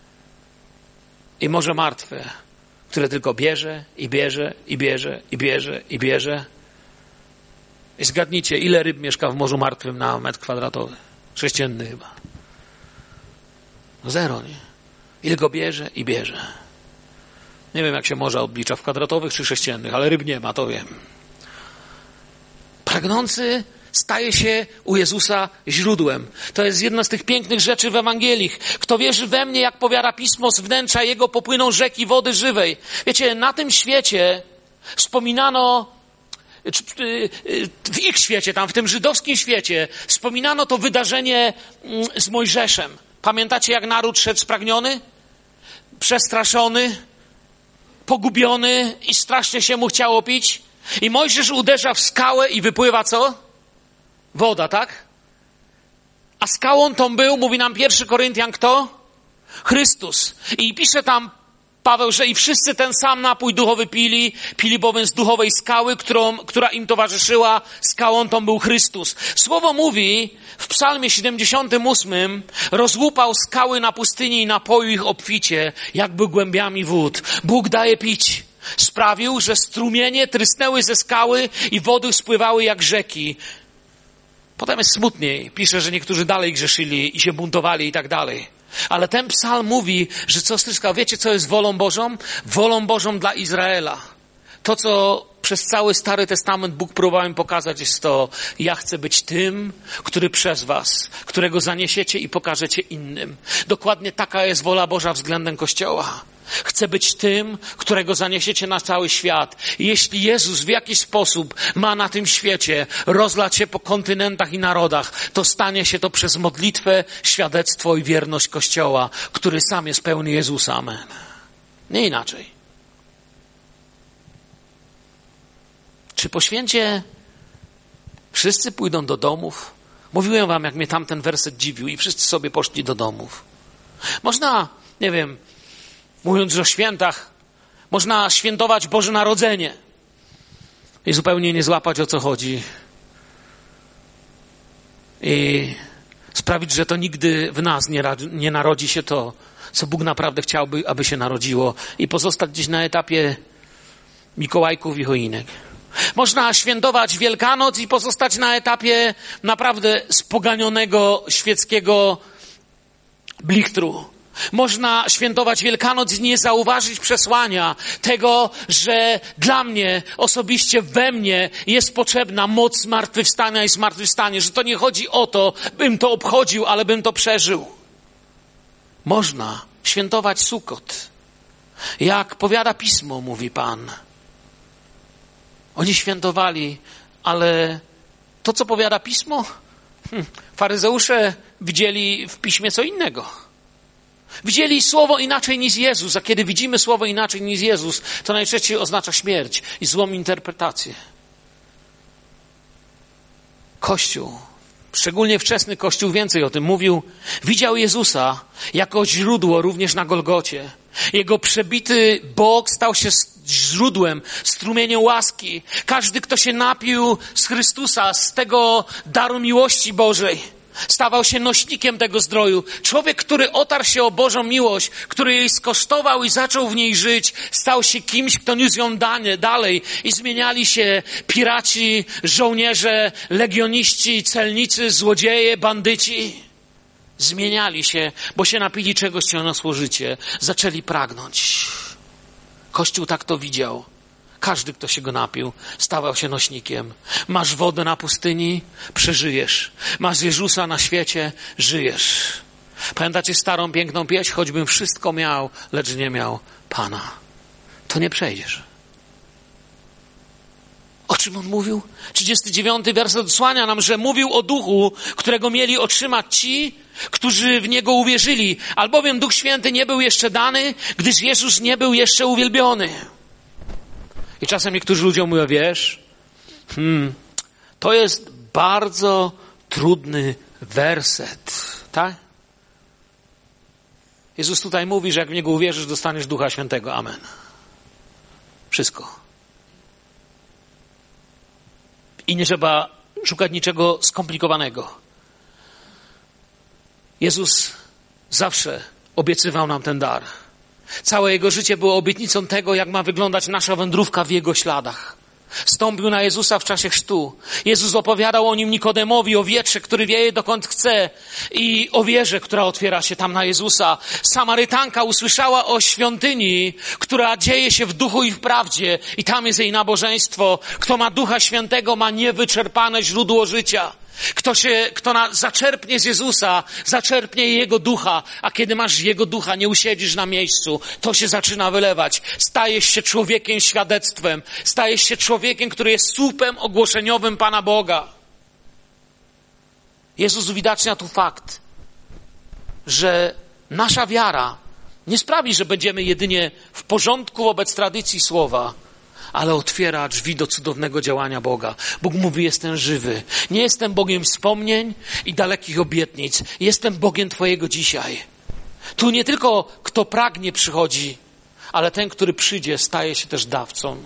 I Morze Martwe, które tylko bierze i bierze i bierze i bierze i bierze. I zgadnijcie, ile ryb mieszka w Morzu Martwym na metr kwadratowy? Sześcienny chyba. No zero, nie? Ile go bierze i bierze. Nie wiem, jak się morza oblicza, w kwadratowych czy sześciennych, ale ryb nie ma, to wiem. Pragnący staje się u Jezusa źródłem. To jest jedna z tych pięknych rzeczy w Ewangelii. Kto wierzy we mnie, jak powiada Pismo, z wnętrza jego popłyną rzeki wody żywej. Wiecie, na tym świecie wspominano, w ich świecie, tam w tym żydowskim świecie, wspominano to wydarzenie z Mojżeszem. Pamiętacie, jak naród szedł spragniony? Przestraszony, pogubiony i strasznie się mu chciało pić. I Mojżesz uderza w skałę i wypływa co? Woda, tak? A skałą tą był, mówi nam pierwszy Koryntian, kto? Chrystus. I pisze tam Paweł, że i wszyscy ten sam napój duchowy pili, pili bowiem z duchowej skały, którą, która im towarzyszyła. Skałą tą był Chrystus. Słowo mówi w Psalmie siedemdziesiątym ósmym, rozłupał skały na pustyni i napoił ich obficie, jakby głębiami wód. Bóg daje pić. Sprawił, że strumienie trysnęły ze skały i wody spływały jak rzeki. Potem jest smutniej. Pisze, że niektórzy dalej grzeszyli i się buntowali i tak dalej. Ale ten psalm mówi, że co stryskał. Wiecie, co jest wolą Bożą? Wolą Bożą dla Izraela. To, co przez cały Stary Testament Bóg próbował im pokazać, jest to: ja chcę być tym, który przez was, którego zaniesiecie i pokażecie innym. Dokładnie taka jest wola Boża względem Kościoła. Chcę być tym, którego zaniesiecie na cały świat. I jeśli Jezus w jakiś sposób ma na tym świecie rozlać się po kontynentach i narodach, to stanie się to przez modlitwę, świadectwo i wierność Kościoła, który sam jest pełny Jezusa. Amen. Nie inaczej. Czy po święcie wszyscy pójdą do domów? Mówiłem wam, jak mnie tamten werset dziwił i wszyscy sobie poszli do domów. Można, nie wiem, mówiąc o świętach, można świętować Boże Narodzenie i zupełnie nie złapać, o co chodzi. I sprawić, że to nigdy w nas nie, nie narodzi się to, co Bóg naprawdę chciałby, aby się narodziło, i pozostać gdzieś na etapie Mikołajków i choinek. Można świętować Wielkanoc i pozostać na etapie naprawdę spoganionego świeckiego blichtru. Można świętować Wielkanoc i nie zauważyć przesłania tego, że dla mnie, osobiście we mnie jest potrzebna moc zmartwychwstania i zmartwychwstanie, że to nie chodzi o to, bym to obchodził, ale bym to przeżył. Można świętować Sukot. Jak powiada Pismo, mówi Pan. Oni świętowali, ale to, co powiada Pismo, hm, faryzeusze widzieli w Piśmie co innego. Widzieli słowo inaczej niż Jezus, a kiedy widzimy słowo inaczej niż Jezus, to najczęściej oznacza śmierć i złą interpretację. Kościół, szczególnie wczesny Kościół więcej o tym mówił, widział Jezusa jako źródło również na Golgocie. Jego przebity bok stał się źródłem, strumieniem łaski. Każdy, kto się napił z Chrystusa, z tego daru miłości Bożej, stawał się nośnikiem tego zdroju. Człowiek, który otarł się o Bożą miłość, który jej skosztował i zaczął w niej żyć, stał się kimś, kto niósł ją dane, dalej. I zmieniali się piraci, żołnierze, legioniści, celnicy, złodzieje, bandyci. Zmieniali się, bo się napili czegoś, co niosło życie. Zaczęli pragnąć. Kościół tak to widział. Każdy, kto się go napił, stawał się nośnikiem. Masz wodę na pustyni, przeżyjesz. Masz Jezusa na świecie, żyjesz. Pamiętacie starą, piękną pieśń? Choćbym wszystko miał, lecz nie miał Pana. To nie przejdziesz. O czym on mówił? trzydziesty dziewiąty werset odsłania nam, że mówił o duchu, którego mieli otrzymać ci, którzy w niego uwierzyli. Albowiem Duch Święty nie był jeszcze dany, gdyż Jezus nie był jeszcze uwielbiony. I czasem niektórzy ludzie mówią, wiesz, hmm, to jest bardzo trudny werset, tak? Jezus tutaj mówi, że jak w Niego uwierzysz, dostaniesz Ducha Świętego. Amen. Wszystko. I nie trzeba szukać niczego skomplikowanego. Jezus zawsze obiecywał nam ten dar. Całe Jego życie było obietnicą tego, jak ma wyglądać nasza wędrówka w Jego śladach. Stąpił na Jezusa w czasie chrztu. Jezus opowiadał o Nim Nikodemowi, o wietrze, który wieje dokąd chce i o wierze, która otwiera się tam na Jezusa. Samarytanka usłyszała o świątyni, która dzieje się w duchu i w prawdzie i tam jest jej nabożeństwo. Kto ma Ducha Świętego, ma niewyczerpane źródło życia. Kto się, kto na, zaczerpnie z Jezusa, zaczerpnie Jego ducha, a kiedy masz Jego ducha, nie usiedzisz na miejscu, to się zaczyna wylewać. Stajesz się człowiekiem świadectwem, stajesz się człowiekiem, który jest słupem ogłoszeniowym Pana Boga. Jezus uwidacznia tu fakt, że nasza wiara nie sprawi, że będziemy jedynie w porządku wobec tradycji słowa, ale otwiera drzwi do cudownego działania Boga. Bóg mówi, jestem żywy. Nie jestem Bogiem wspomnień i dalekich obietnic. Jestem Bogiem Twojego dzisiaj. Tu nie tylko kto pragnie przychodzi, ale ten, który przyjdzie, staje się też dawcą.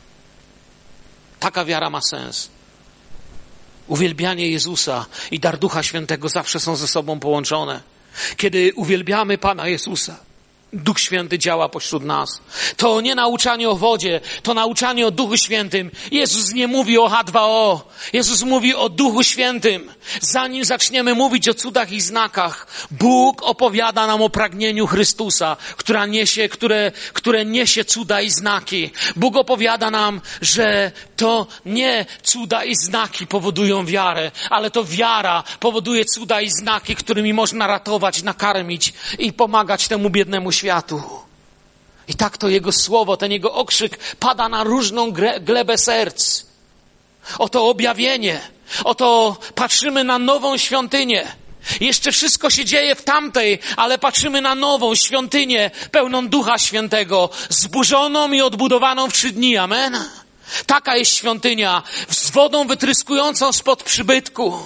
Taka wiara ma sens. Uwielbianie Jezusa i dar Ducha Świętego zawsze są ze sobą połączone. Kiedy uwielbiamy Pana Jezusa, Duch Święty działa pośród nas. To nie nauczanie o wodzie, to nauczanie o Duchu Świętym. Jezus nie mówi o H dwa O. Jezus mówi o Duchu Świętym. Zanim zaczniemy mówić o cudach i znakach, Bóg opowiada nam o pragnieniu Chrystusa, która niesie, które, które niesie cuda i znaki. Bóg opowiada nam, że to nie cuda i znaki powodują wiarę, ale to wiara powoduje cuda i znaki, którymi można ratować, nakarmić i pomagać temu biednemu światu. I tak to Jego słowo, ten Jego okrzyk pada na różną glebę serc. Oto objawienie, oto patrzymy na nową świątynię. Jeszcze wszystko się dzieje w tamtej, ale patrzymy na nową świątynię pełną Ducha Świętego, zburzoną i odbudowaną w trzy dni. Amen. Taka jest świątynia z wodą wytryskującą spod przybytku.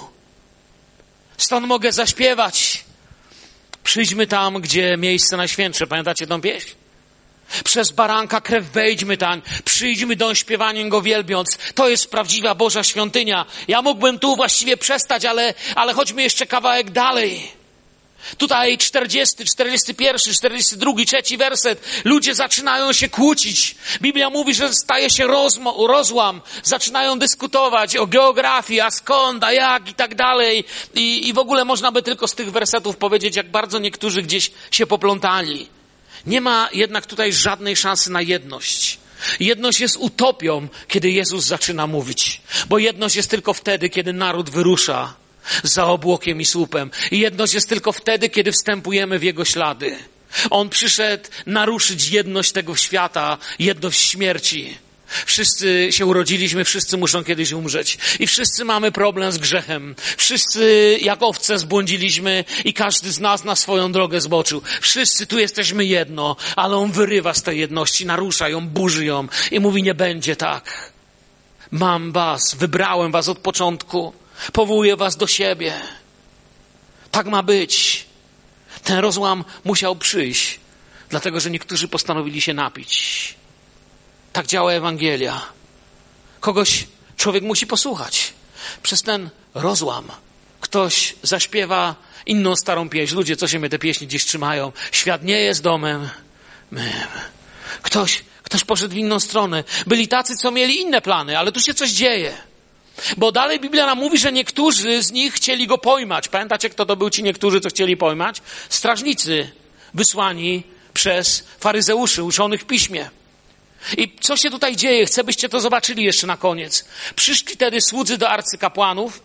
Stąd mogę zaśpiewać. Przyjdźmy tam, gdzie miejsce najświętsze. Pamiętacie tą pieśń? Przez baranka krew wejdźmy tam. Przyjdźmy do śpiewaniem Go wielbiąc. To jest prawdziwa Boża świątynia. Ja mógłbym tu właściwie przestać, ale, ale chodźmy jeszcze kawałek dalej. Tutaj czterdziesty, czterdziesty pierwszy, czterdziesty drugi, trzeci werset. Ludzie zaczynają się kłócić. Biblia mówi, że staje się rozmo- rozłam. Zaczynają dyskutować o geografii, a skąd, a jak i tak dalej. I, I w ogóle można by tylko z tych wersetów powiedzieć, jak bardzo niektórzy gdzieś się poplątali. Nie ma jednak tutaj żadnej szansy na jedność. Jedność jest utopią, kiedy Jezus zaczyna mówić. Bo jedność jest tylko wtedy, kiedy naród wyrusza za obłokiem i słupem. I jedność jest tylko wtedy, kiedy wstępujemy w Jego ślady. On przyszedł naruszyć jedność tego świata, jedność śmierci. Wszyscy się urodziliśmy, wszyscy muszą kiedyś umrzeć. I wszyscy mamy problem z grzechem. Wszyscy jak owce zbłądziliśmy i każdy z nas na swoją drogę zboczył. Wszyscy tu jesteśmy jedno, ale on wyrywa z tej jedności, narusza ją, burzy ją i mówi, nie będzie tak. Mam was, wybrałem was od początku, powołuję was do siebie. Tak ma być. Ten rozłam musiał przyjść, dlatego że niektórzy postanowili się napić. Tak działa Ewangelia. Kogoś człowiek musi posłuchać. Przez ten rozłam ktoś zaśpiewa inną starą pieśń. Ludzie, co się mnie te pieśni gdzieś trzymają? Świat nie jest domem mym. Ktoś, ktoś poszedł w inną stronę. Byli tacy, co mieli inne plany, ale tu się coś dzieje. Bo dalej Biblia nam mówi, że niektórzy z nich chcieli go pojmać. Pamiętacie, kto to był ci niektórzy, co chcieli pojmać? Strażnicy wysłani przez faryzeuszy, uczonych w piśmie. I co się tutaj dzieje? Chcę, byście to zobaczyli jeszcze na koniec. Przyszli wtedy słudzy do arcykapłanów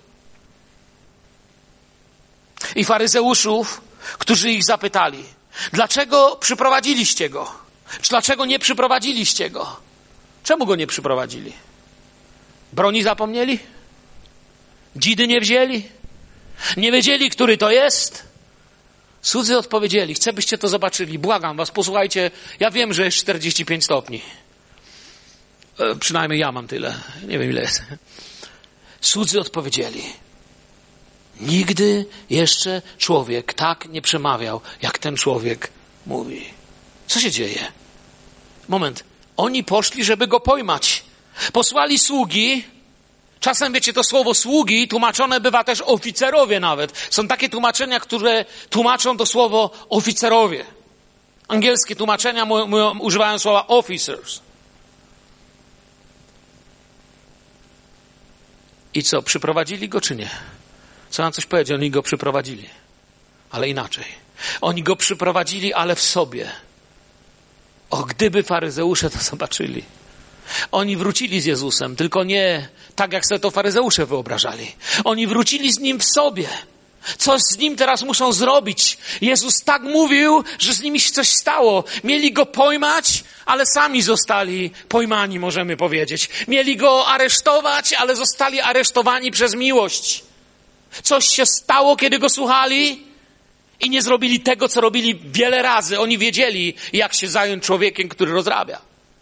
i faryzeuszów, którzy ich zapytali, dlaczego przyprowadziliście go? Czy dlaczego nie przyprowadziliście go? Czemu go nie przyprowadzili? Broni zapomnieli? Dzidy nie wzięli? Nie wiedzieli, który to jest? Słudzy odpowiedzieli, chcę, byście to zobaczyli. Błagam was, posłuchajcie, ja wiem, że jest czterdzieści pięć stopni. E, przynajmniej ja mam tyle. Nie wiem, ile jest. Słudzy odpowiedzieli, nigdy jeszcze człowiek tak nie przemawiał, jak ten człowiek mówi. Co się dzieje? Moment. Oni poszli, żeby go pojmać. Posłali sługi. Czasem, wiecie, to słowo sługi tłumaczone bywa też oficerowie nawet. Są takie tłumaczenia, które tłumaczą to słowo oficerowie. Angielskie tłumaczenia mu, mu, używają słowa officers. I co, przyprowadzili go czy nie? Co mam coś powiedzieć? Oni go przyprowadzili. Ale inaczej. Oni go przyprowadzili, ale w sobie. O, gdyby faryzeusze to zobaczyli. Oni wrócili z Jezusem, tylko nie tak, jak sobie to faryzeusze wyobrażali. Oni wrócili z Nim w sobie. Coś z Nim teraz muszą zrobić. Jezus tak mówił, że z nimi się coś stało. Mieli Go pojmać, ale sami zostali pojmani, możemy powiedzieć. Mieli Go aresztować, ale zostali aresztowani przez miłość. Coś się stało, kiedy Go słuchali i nie zrobili tego, co robili wiele razy. Oni wiedzieli, jak się zająć człowiekiem, który rozrabia.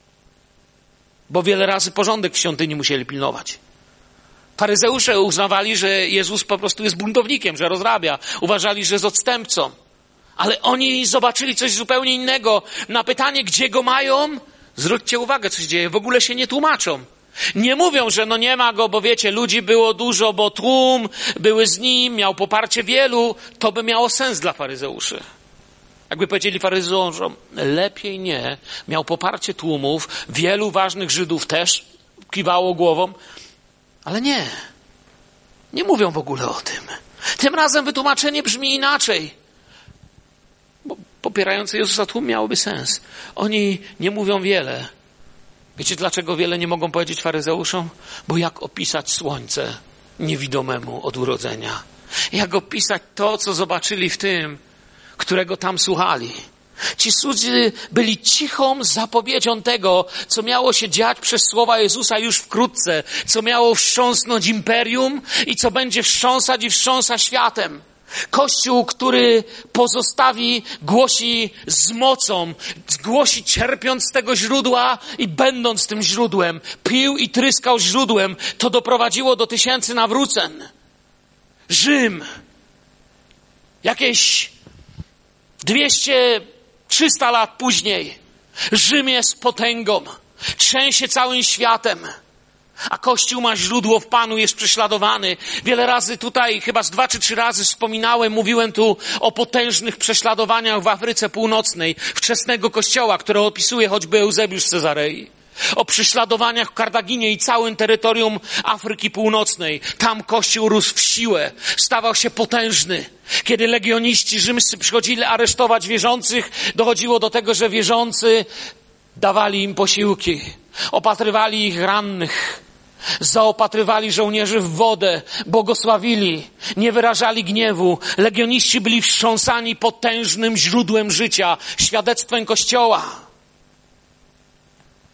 Bo wiele razy porządek w świątyni musieli pilnować. Faryzeusze uznawali, że Jezus po prostu jest buntownikiem, że rozrabia. Uważali, że jest odstępcą. Ale oni zobaczyli coś zupełnie innego. Na pytanie, gdzie go mają, zwróćcie uwagę, co się dzieje. W ogóle się nie tłumaczą. Nie mówią, że no nie ma go, bo wiecie, ludzi było dużo, bo tłum, były z nim, miał poparcie wielu. To by miało sens dla faryzeuszy. Jakby powiedzieli faryzeuszom, lepiej nie. Miał poparcie tłumów, wielu ważnych Żydów też kiwało głową, ale nie. Nie mówią w ogóle o tym. Tym razem wytłumaczenie brzmi inaczej. Bo popierający Jezusa tłum miałoby sens. Oni nie mówią wiele. Wiecie, dlaczego wiele nie mogą powiedzieć faryzeuszom? Bo jak opisać słońce niewidomemu od urodzenia? Jak opisać to, co zobaczyli w tym, którego tam słuchali? Ci słudzy byli cichą zapowiedzią tego, co miało się dziać przez słowa Jezusa już wkrótce, co miało wstrząsnąć imperium i co będzie wstrząsać i wstrząsa światem. Kościół, który pozostawi, głosi z mocą, głosi czerpiąc z tego źródła i będąc tym źródłem, pił i tryskał źródłem, to doprowadziło do tysięcy nawróceń. Rzym, jakieś dwieście trzysta lat później, Rzym jest potęgą, trzęsie całym światem, a Kościół ma źródło w Panu, jest prześladowany. Wiele razy tutaj, chyba z dwa czy trzy razy wspominałem, mówiłem tu o potężnych prześladowaniach w Afryce Północnej, wczesnego Kościoła, które opisuje choćby Eusebiusz z Cezarei. O prześladowaniach w Kartaginie i całym terytorium Afryki Północnej. Tam Kościół rósł w siłę, stawał się potężny. Kiedy legioniści rzymscy przychodzili aresztować wierzących, dochodziło do tego, że wierzący dawali im posiłki, opatrywali ich rannych, zaopatrywali żołnierzy w wodę, błogosławili, nie wyrażali gniewu. Legioniści byli wstrząsani potężnym źródłem życia, świadectwem Kościoła.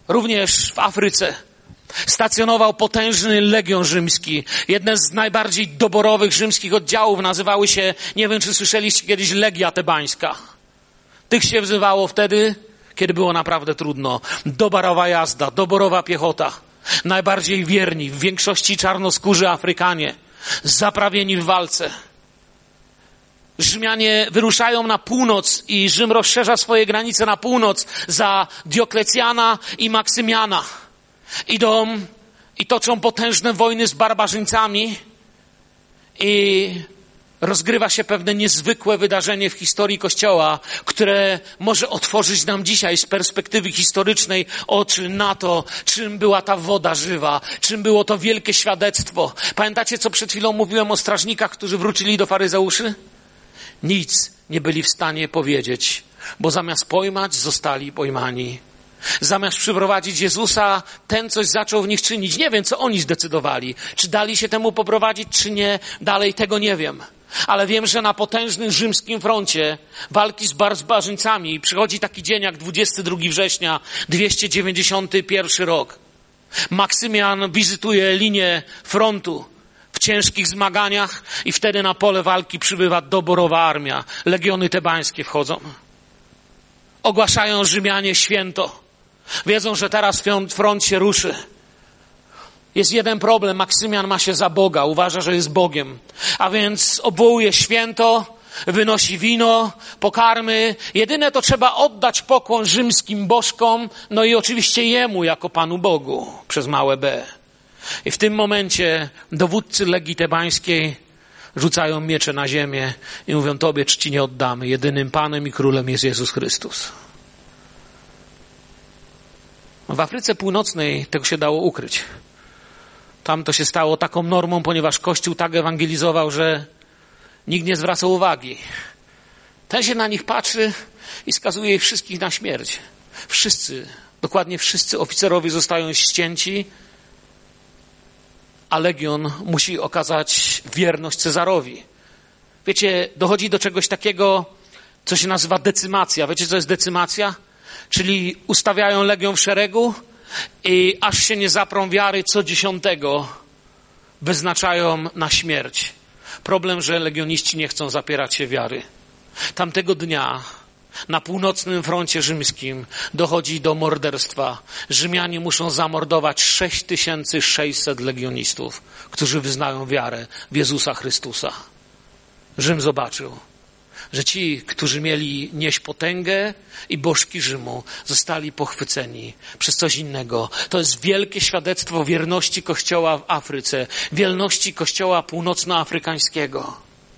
również w Afryce stacjonował potężny legion rzymski. Jeden z najbardziej doborowych rzymskich oddziałów nazywały się, nie wiem czy słyszeliście kiedyś, Legia Tebańska. Tych się wzywało wtedy, kiedy było naprawdę trudno. Doborowa jazda, doborowa piechota. Najbardziej wierni, w większości czarnoskórzy Afrykanie, zaprawieni w walce. Rzymianie wyruszają na północ i Rzym rozszerza swoje granice na północ za Dioklecjana i Maksymiana. Idą i toczą potężne wojny z barbarzyńcami i rozgrywa się pewne niezwykłe wydarzenie w historii Kościoła, które może otworzyć nam dzisiaj z perspektywy historycznej oczy na to, czym była ta woda żywa, czym było to wielkie świadectwo. Pamiętacie, co przed chwilą mówiłem o strażnikach, którzy wrócili do faryzeuszy? Nic nie byli w stanie powiedzieć, bo zamiast pojmać, zostali pojmani. Zamiast przyprowadzić Jezusa, ten coś zaczął w nich czynić. Nie wiem, co oni zdecydowali. Czy dali się temu poprowadzić, czy nie. Dalej tego nie wiem. Ale wiem, że na potężnym rzymskim froncie walki z barbarzyńcami przychodzi taki dzień jak dwudziestego drugiego września dwieście dziewięćdziesiąty pierwszy rok. Maksymian wizytuje linię frontu w ciężkich zmaganiach i wtedy na pole walki przybywa doborowa armia. Legiony tebańskie wchodzą. Ogłaszają Rzymianie święto. Wiedzą, że teraz front się ruszy. Jest jeden problem. Maksymian ma się za Boga. Uważa, że jest Bogiem. A więc obwołuje święto, wynosi wino, pokarmy. Jedyne to trzeba oddać pokłon rzymskim bożkom, no i oczywiście Jemu jako Panu Bogu, przez małe b. I w tym momencie dowódcy Legii Tebańskiej rzucają miecze na ziemię i mówią: Tobie czci nie oddamy. Jedynym Panem i Królem jest Jezus Chrystus. W Afryce Północnej tego się dało ukryć. Tam to się stało taką normą, ponieważ Kościół tak ewangelizował, że nikt nie zwraca uwagi. Ten się na nich patrzy i skazuje ich wszystkich na śmierć. Wszyscy, dokładnie wszyscy oficerowie zostają ścięci, a legion musi okazać wierność Cezarowi. Wiecie, dochodzi do czegoś takiego, co się nazywa decymacja. Wiecie, co jest decymacja? Czyli ustawiają legion w szeregu i aż się nie zaprą wiary, co dziesiątego wyznaczają na śmierć. Problem, że legioniści nie chcą zapierać się wiary. Tamtego dnia na północnym froncie rzymskim dochodzi do morderstwa. Rzymianie muszą zamordować sześć tysięcy sześćset legionistów, którzy wyznają wiarę w Jezusa Chrystusa. Rzym zobaczył, że ci, którzy mieli nieść potęgę i bożki Rzymu, zostali pochwyceni przez coś innego. To jest wielkie świadectwo wierności Kościoła w Afryce, wierności Kościoła północnoafrykańskiego.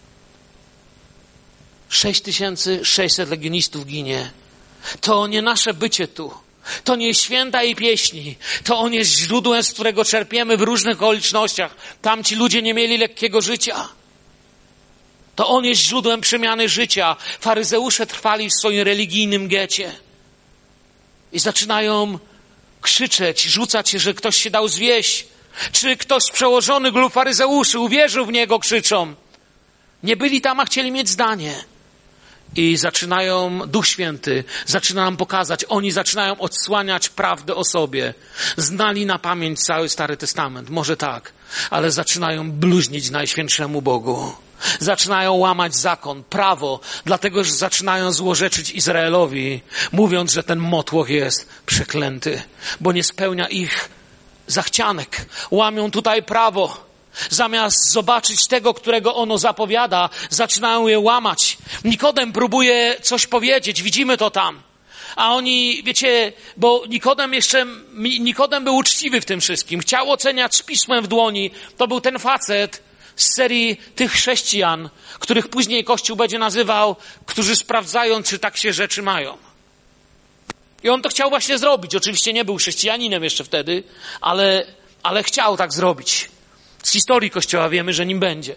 sześć tysięcy sześćset legionistów ginie. To nie nasze bycie tu. To nie święta i pieśni. To On jest źródłem, z którego czerpiemy w różnych okolicznościach. Tamci ludzie nie mieli lekkiego życia. To On jest źródłem przemiany życia. Faryzeusze trwali w swoim religijnym gecie. I zaczynają krzyczeć, rzucać się, że ktoś się dał zwieść. Czy ktoś z przełożonych lub faryzeuszy uwierzył w Niego, krzyczą. Nie byli tam, a chcieli mieć zdanie. I zaczynają, Duch Święty zaczyna nam pokazać, oni zaczynają odsłaniać prawdę o sobie. Znali na pamięć cały Stary Testament, może tak, ale zaczynają bluźnić Najświętszemu Bogu. Zaczynają łamać zakon, prawo, dlatego że zaczynają złorzeczyć Izraelowi, mówiąc, że ten motłoch jest przeklęty, bo nie spełnia ich zachcianek. Łamią tutaj prawo. Zamiast zobaczyć tego, którego ono zapowiada, zaczynają je łamać. Nikodem próbuje coś powiedzieć, widzimy to tam. A oni, wiecie, bo Nikodem jeszcze, Nikodem był uczciwy w tym wszystkim. Chciał oceniać z pismem w dłoni. To był ten facet z serii tych chrześcijan, których później Kościół będzie nazywał, którzy sprawdzają, czy tak się rzeczy mają. I on to chciał właśnie zrobić. Oczywiście nie był chrześcijaninem jeszcze wtedy, ale, ale chciał tak zrobić. Z historii Kościoła wiemy, że nim będzie.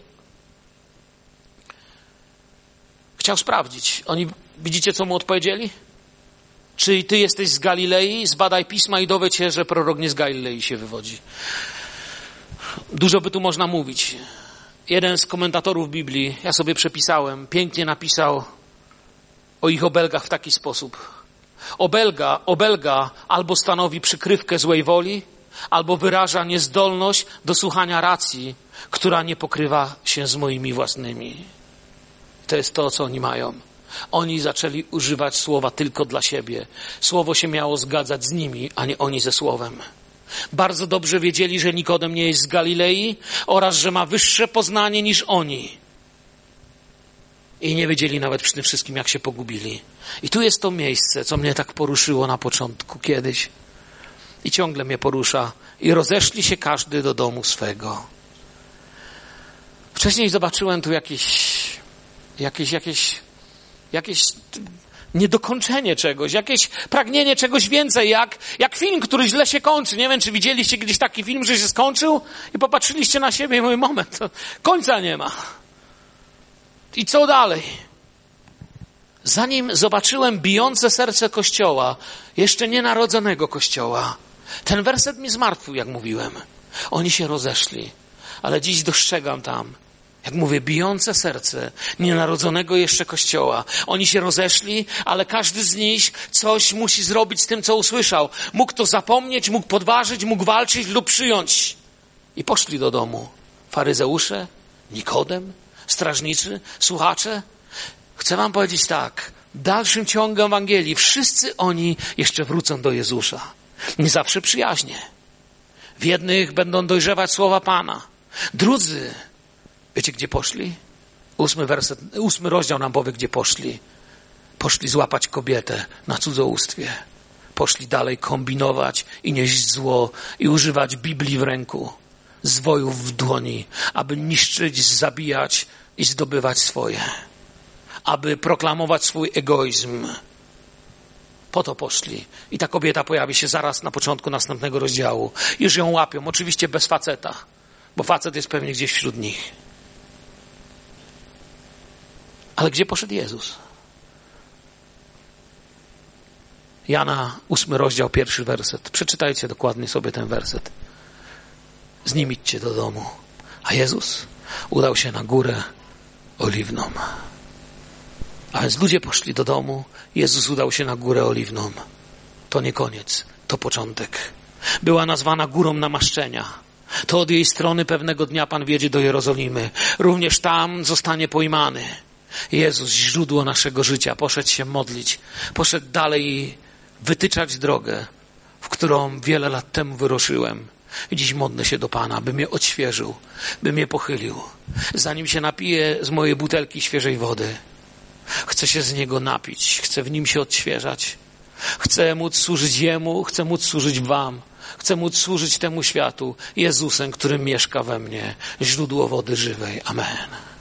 Chciał sprawdzić. Oni, widzicie, co mu odpowiedzieli? Czy ty jesteś z Galilei? Zbadaj pisma i dowiedz się, że prorok nie z Galilei się wywodzi. Dużo by tu można mówić. Jeden z komentatorów Biblii, ja sobie przepisałem, pięknie napisał o ich obelgach w taki sposób. Obelga, obelga albo stanowi przykrywkę złej woli, albo wyraża niezdolność do słuchania racji, która nie pokrywa się z moimi własnymi. To jest to, co oni mają. Oni zaczęli używać słowa tylko dla siebie. Słowo się miało zgadzać z nimi, a nie oni ze słowem. Bardzo dobrze wiedzieli, że Nikodem nie jest z Galilei oraz, że ma wyższe poznanie niż oni. I nie wiedzieli nawet przy tym wszystkim, jak się pogubili. I tu jest to miejsce, co mnie tak poruszyło na początku kiedyś. I ciągle mnie porusza. I rozeszli się każdy do domu swego. Wcześniej zobaczyłem tu jakieś, jakieś, jakieś, jakieś niedokończenie czegoś, jakieś pragnienie czegoś więcej, jak, jak film, który źle się kończy. Nie wiem, czy widzieliście kiedyś taki film, że się skończył i popatrzyliście na siebie i mówię, moment, końca nie ma. I co dalej? Zanim zobaczyłem bijące serce Kościoła, jeszcze nienarodzonego Kościoła, ten werset mi zmartwił, jak mówiłem. Oni się rozeszli, ale dziś dostrzegam tam, jak mówię, bijące serce nienarodzonego jeszcze Kościoła. Oni się rozeszli, ale każdy z nich coś musi zrobić z tym, co usłyszał. Mógł to zapomnieć, mógł podważyć, mógł walczyć lub przyjąć. I poszli do domu. Faryzeusze, Nikodem, strażnicy, słuchacze. Chcę wam powiedzieć tak, dalszym ciągiem Ewangelii wszyscy oni jeszcze wrócą do Jezusa. Nie zawsze przyjaźnie. W jednych będą dojrzewać słowa Pana. Drudzy, wiecie gdzie poszli? Ósmy werset, ósmy rozdział nam powie, gdzie poszli. Poszli złapać kobietę na cudzołóstwie. Poszli dalej kombinować i nieść zło i używać Biblii w ręku, zwojów w dłoni, aby niszczyć, zabijać i zdobywać swoje. Aby proklamować swój egoizm. Po to poszli. I ta kobieta pojawi się zaraz na początku następnego rozdziału. Już ją łapią, oczywiście bez faceta, bo facet jest pewnie gdzieś wśród nich. Ale gdzie poszedł Jezus? Jana, ósmy rozdział, pierwszy werset. Przeczytajcie dokładnie sobie ten werset. Z nim idźcie do domu. A Jezus udał się na górę oliwną. A więc ludzie poszli do domu, Jezus udał się na górę oliwną. To nie koniec, to początek. Była nazwana górą namaszczenia. To od jej strony pewnego dnia Pan wjedzie do Jerozolimy. Również tam zostanie pojmany. Jezus, źródło naszego życia, poszedł się modlić. Poszedł dalej wytyczać drogę, w którą wiele lat temu wyruszyłem. I dziś modlę się do Pana, by mnie odświeżył, by mnie pochylił. Zanim się napiję z mojej butelki świeżej wody, chcę się z niego napić, chcę w nim się odświeżać. Chcę móc służyć Jemu, chcę móc służyć wam. Chcę móc służyć temu światu Jezusem, który mieszka we mnie. Źródło wody żywej. Amen.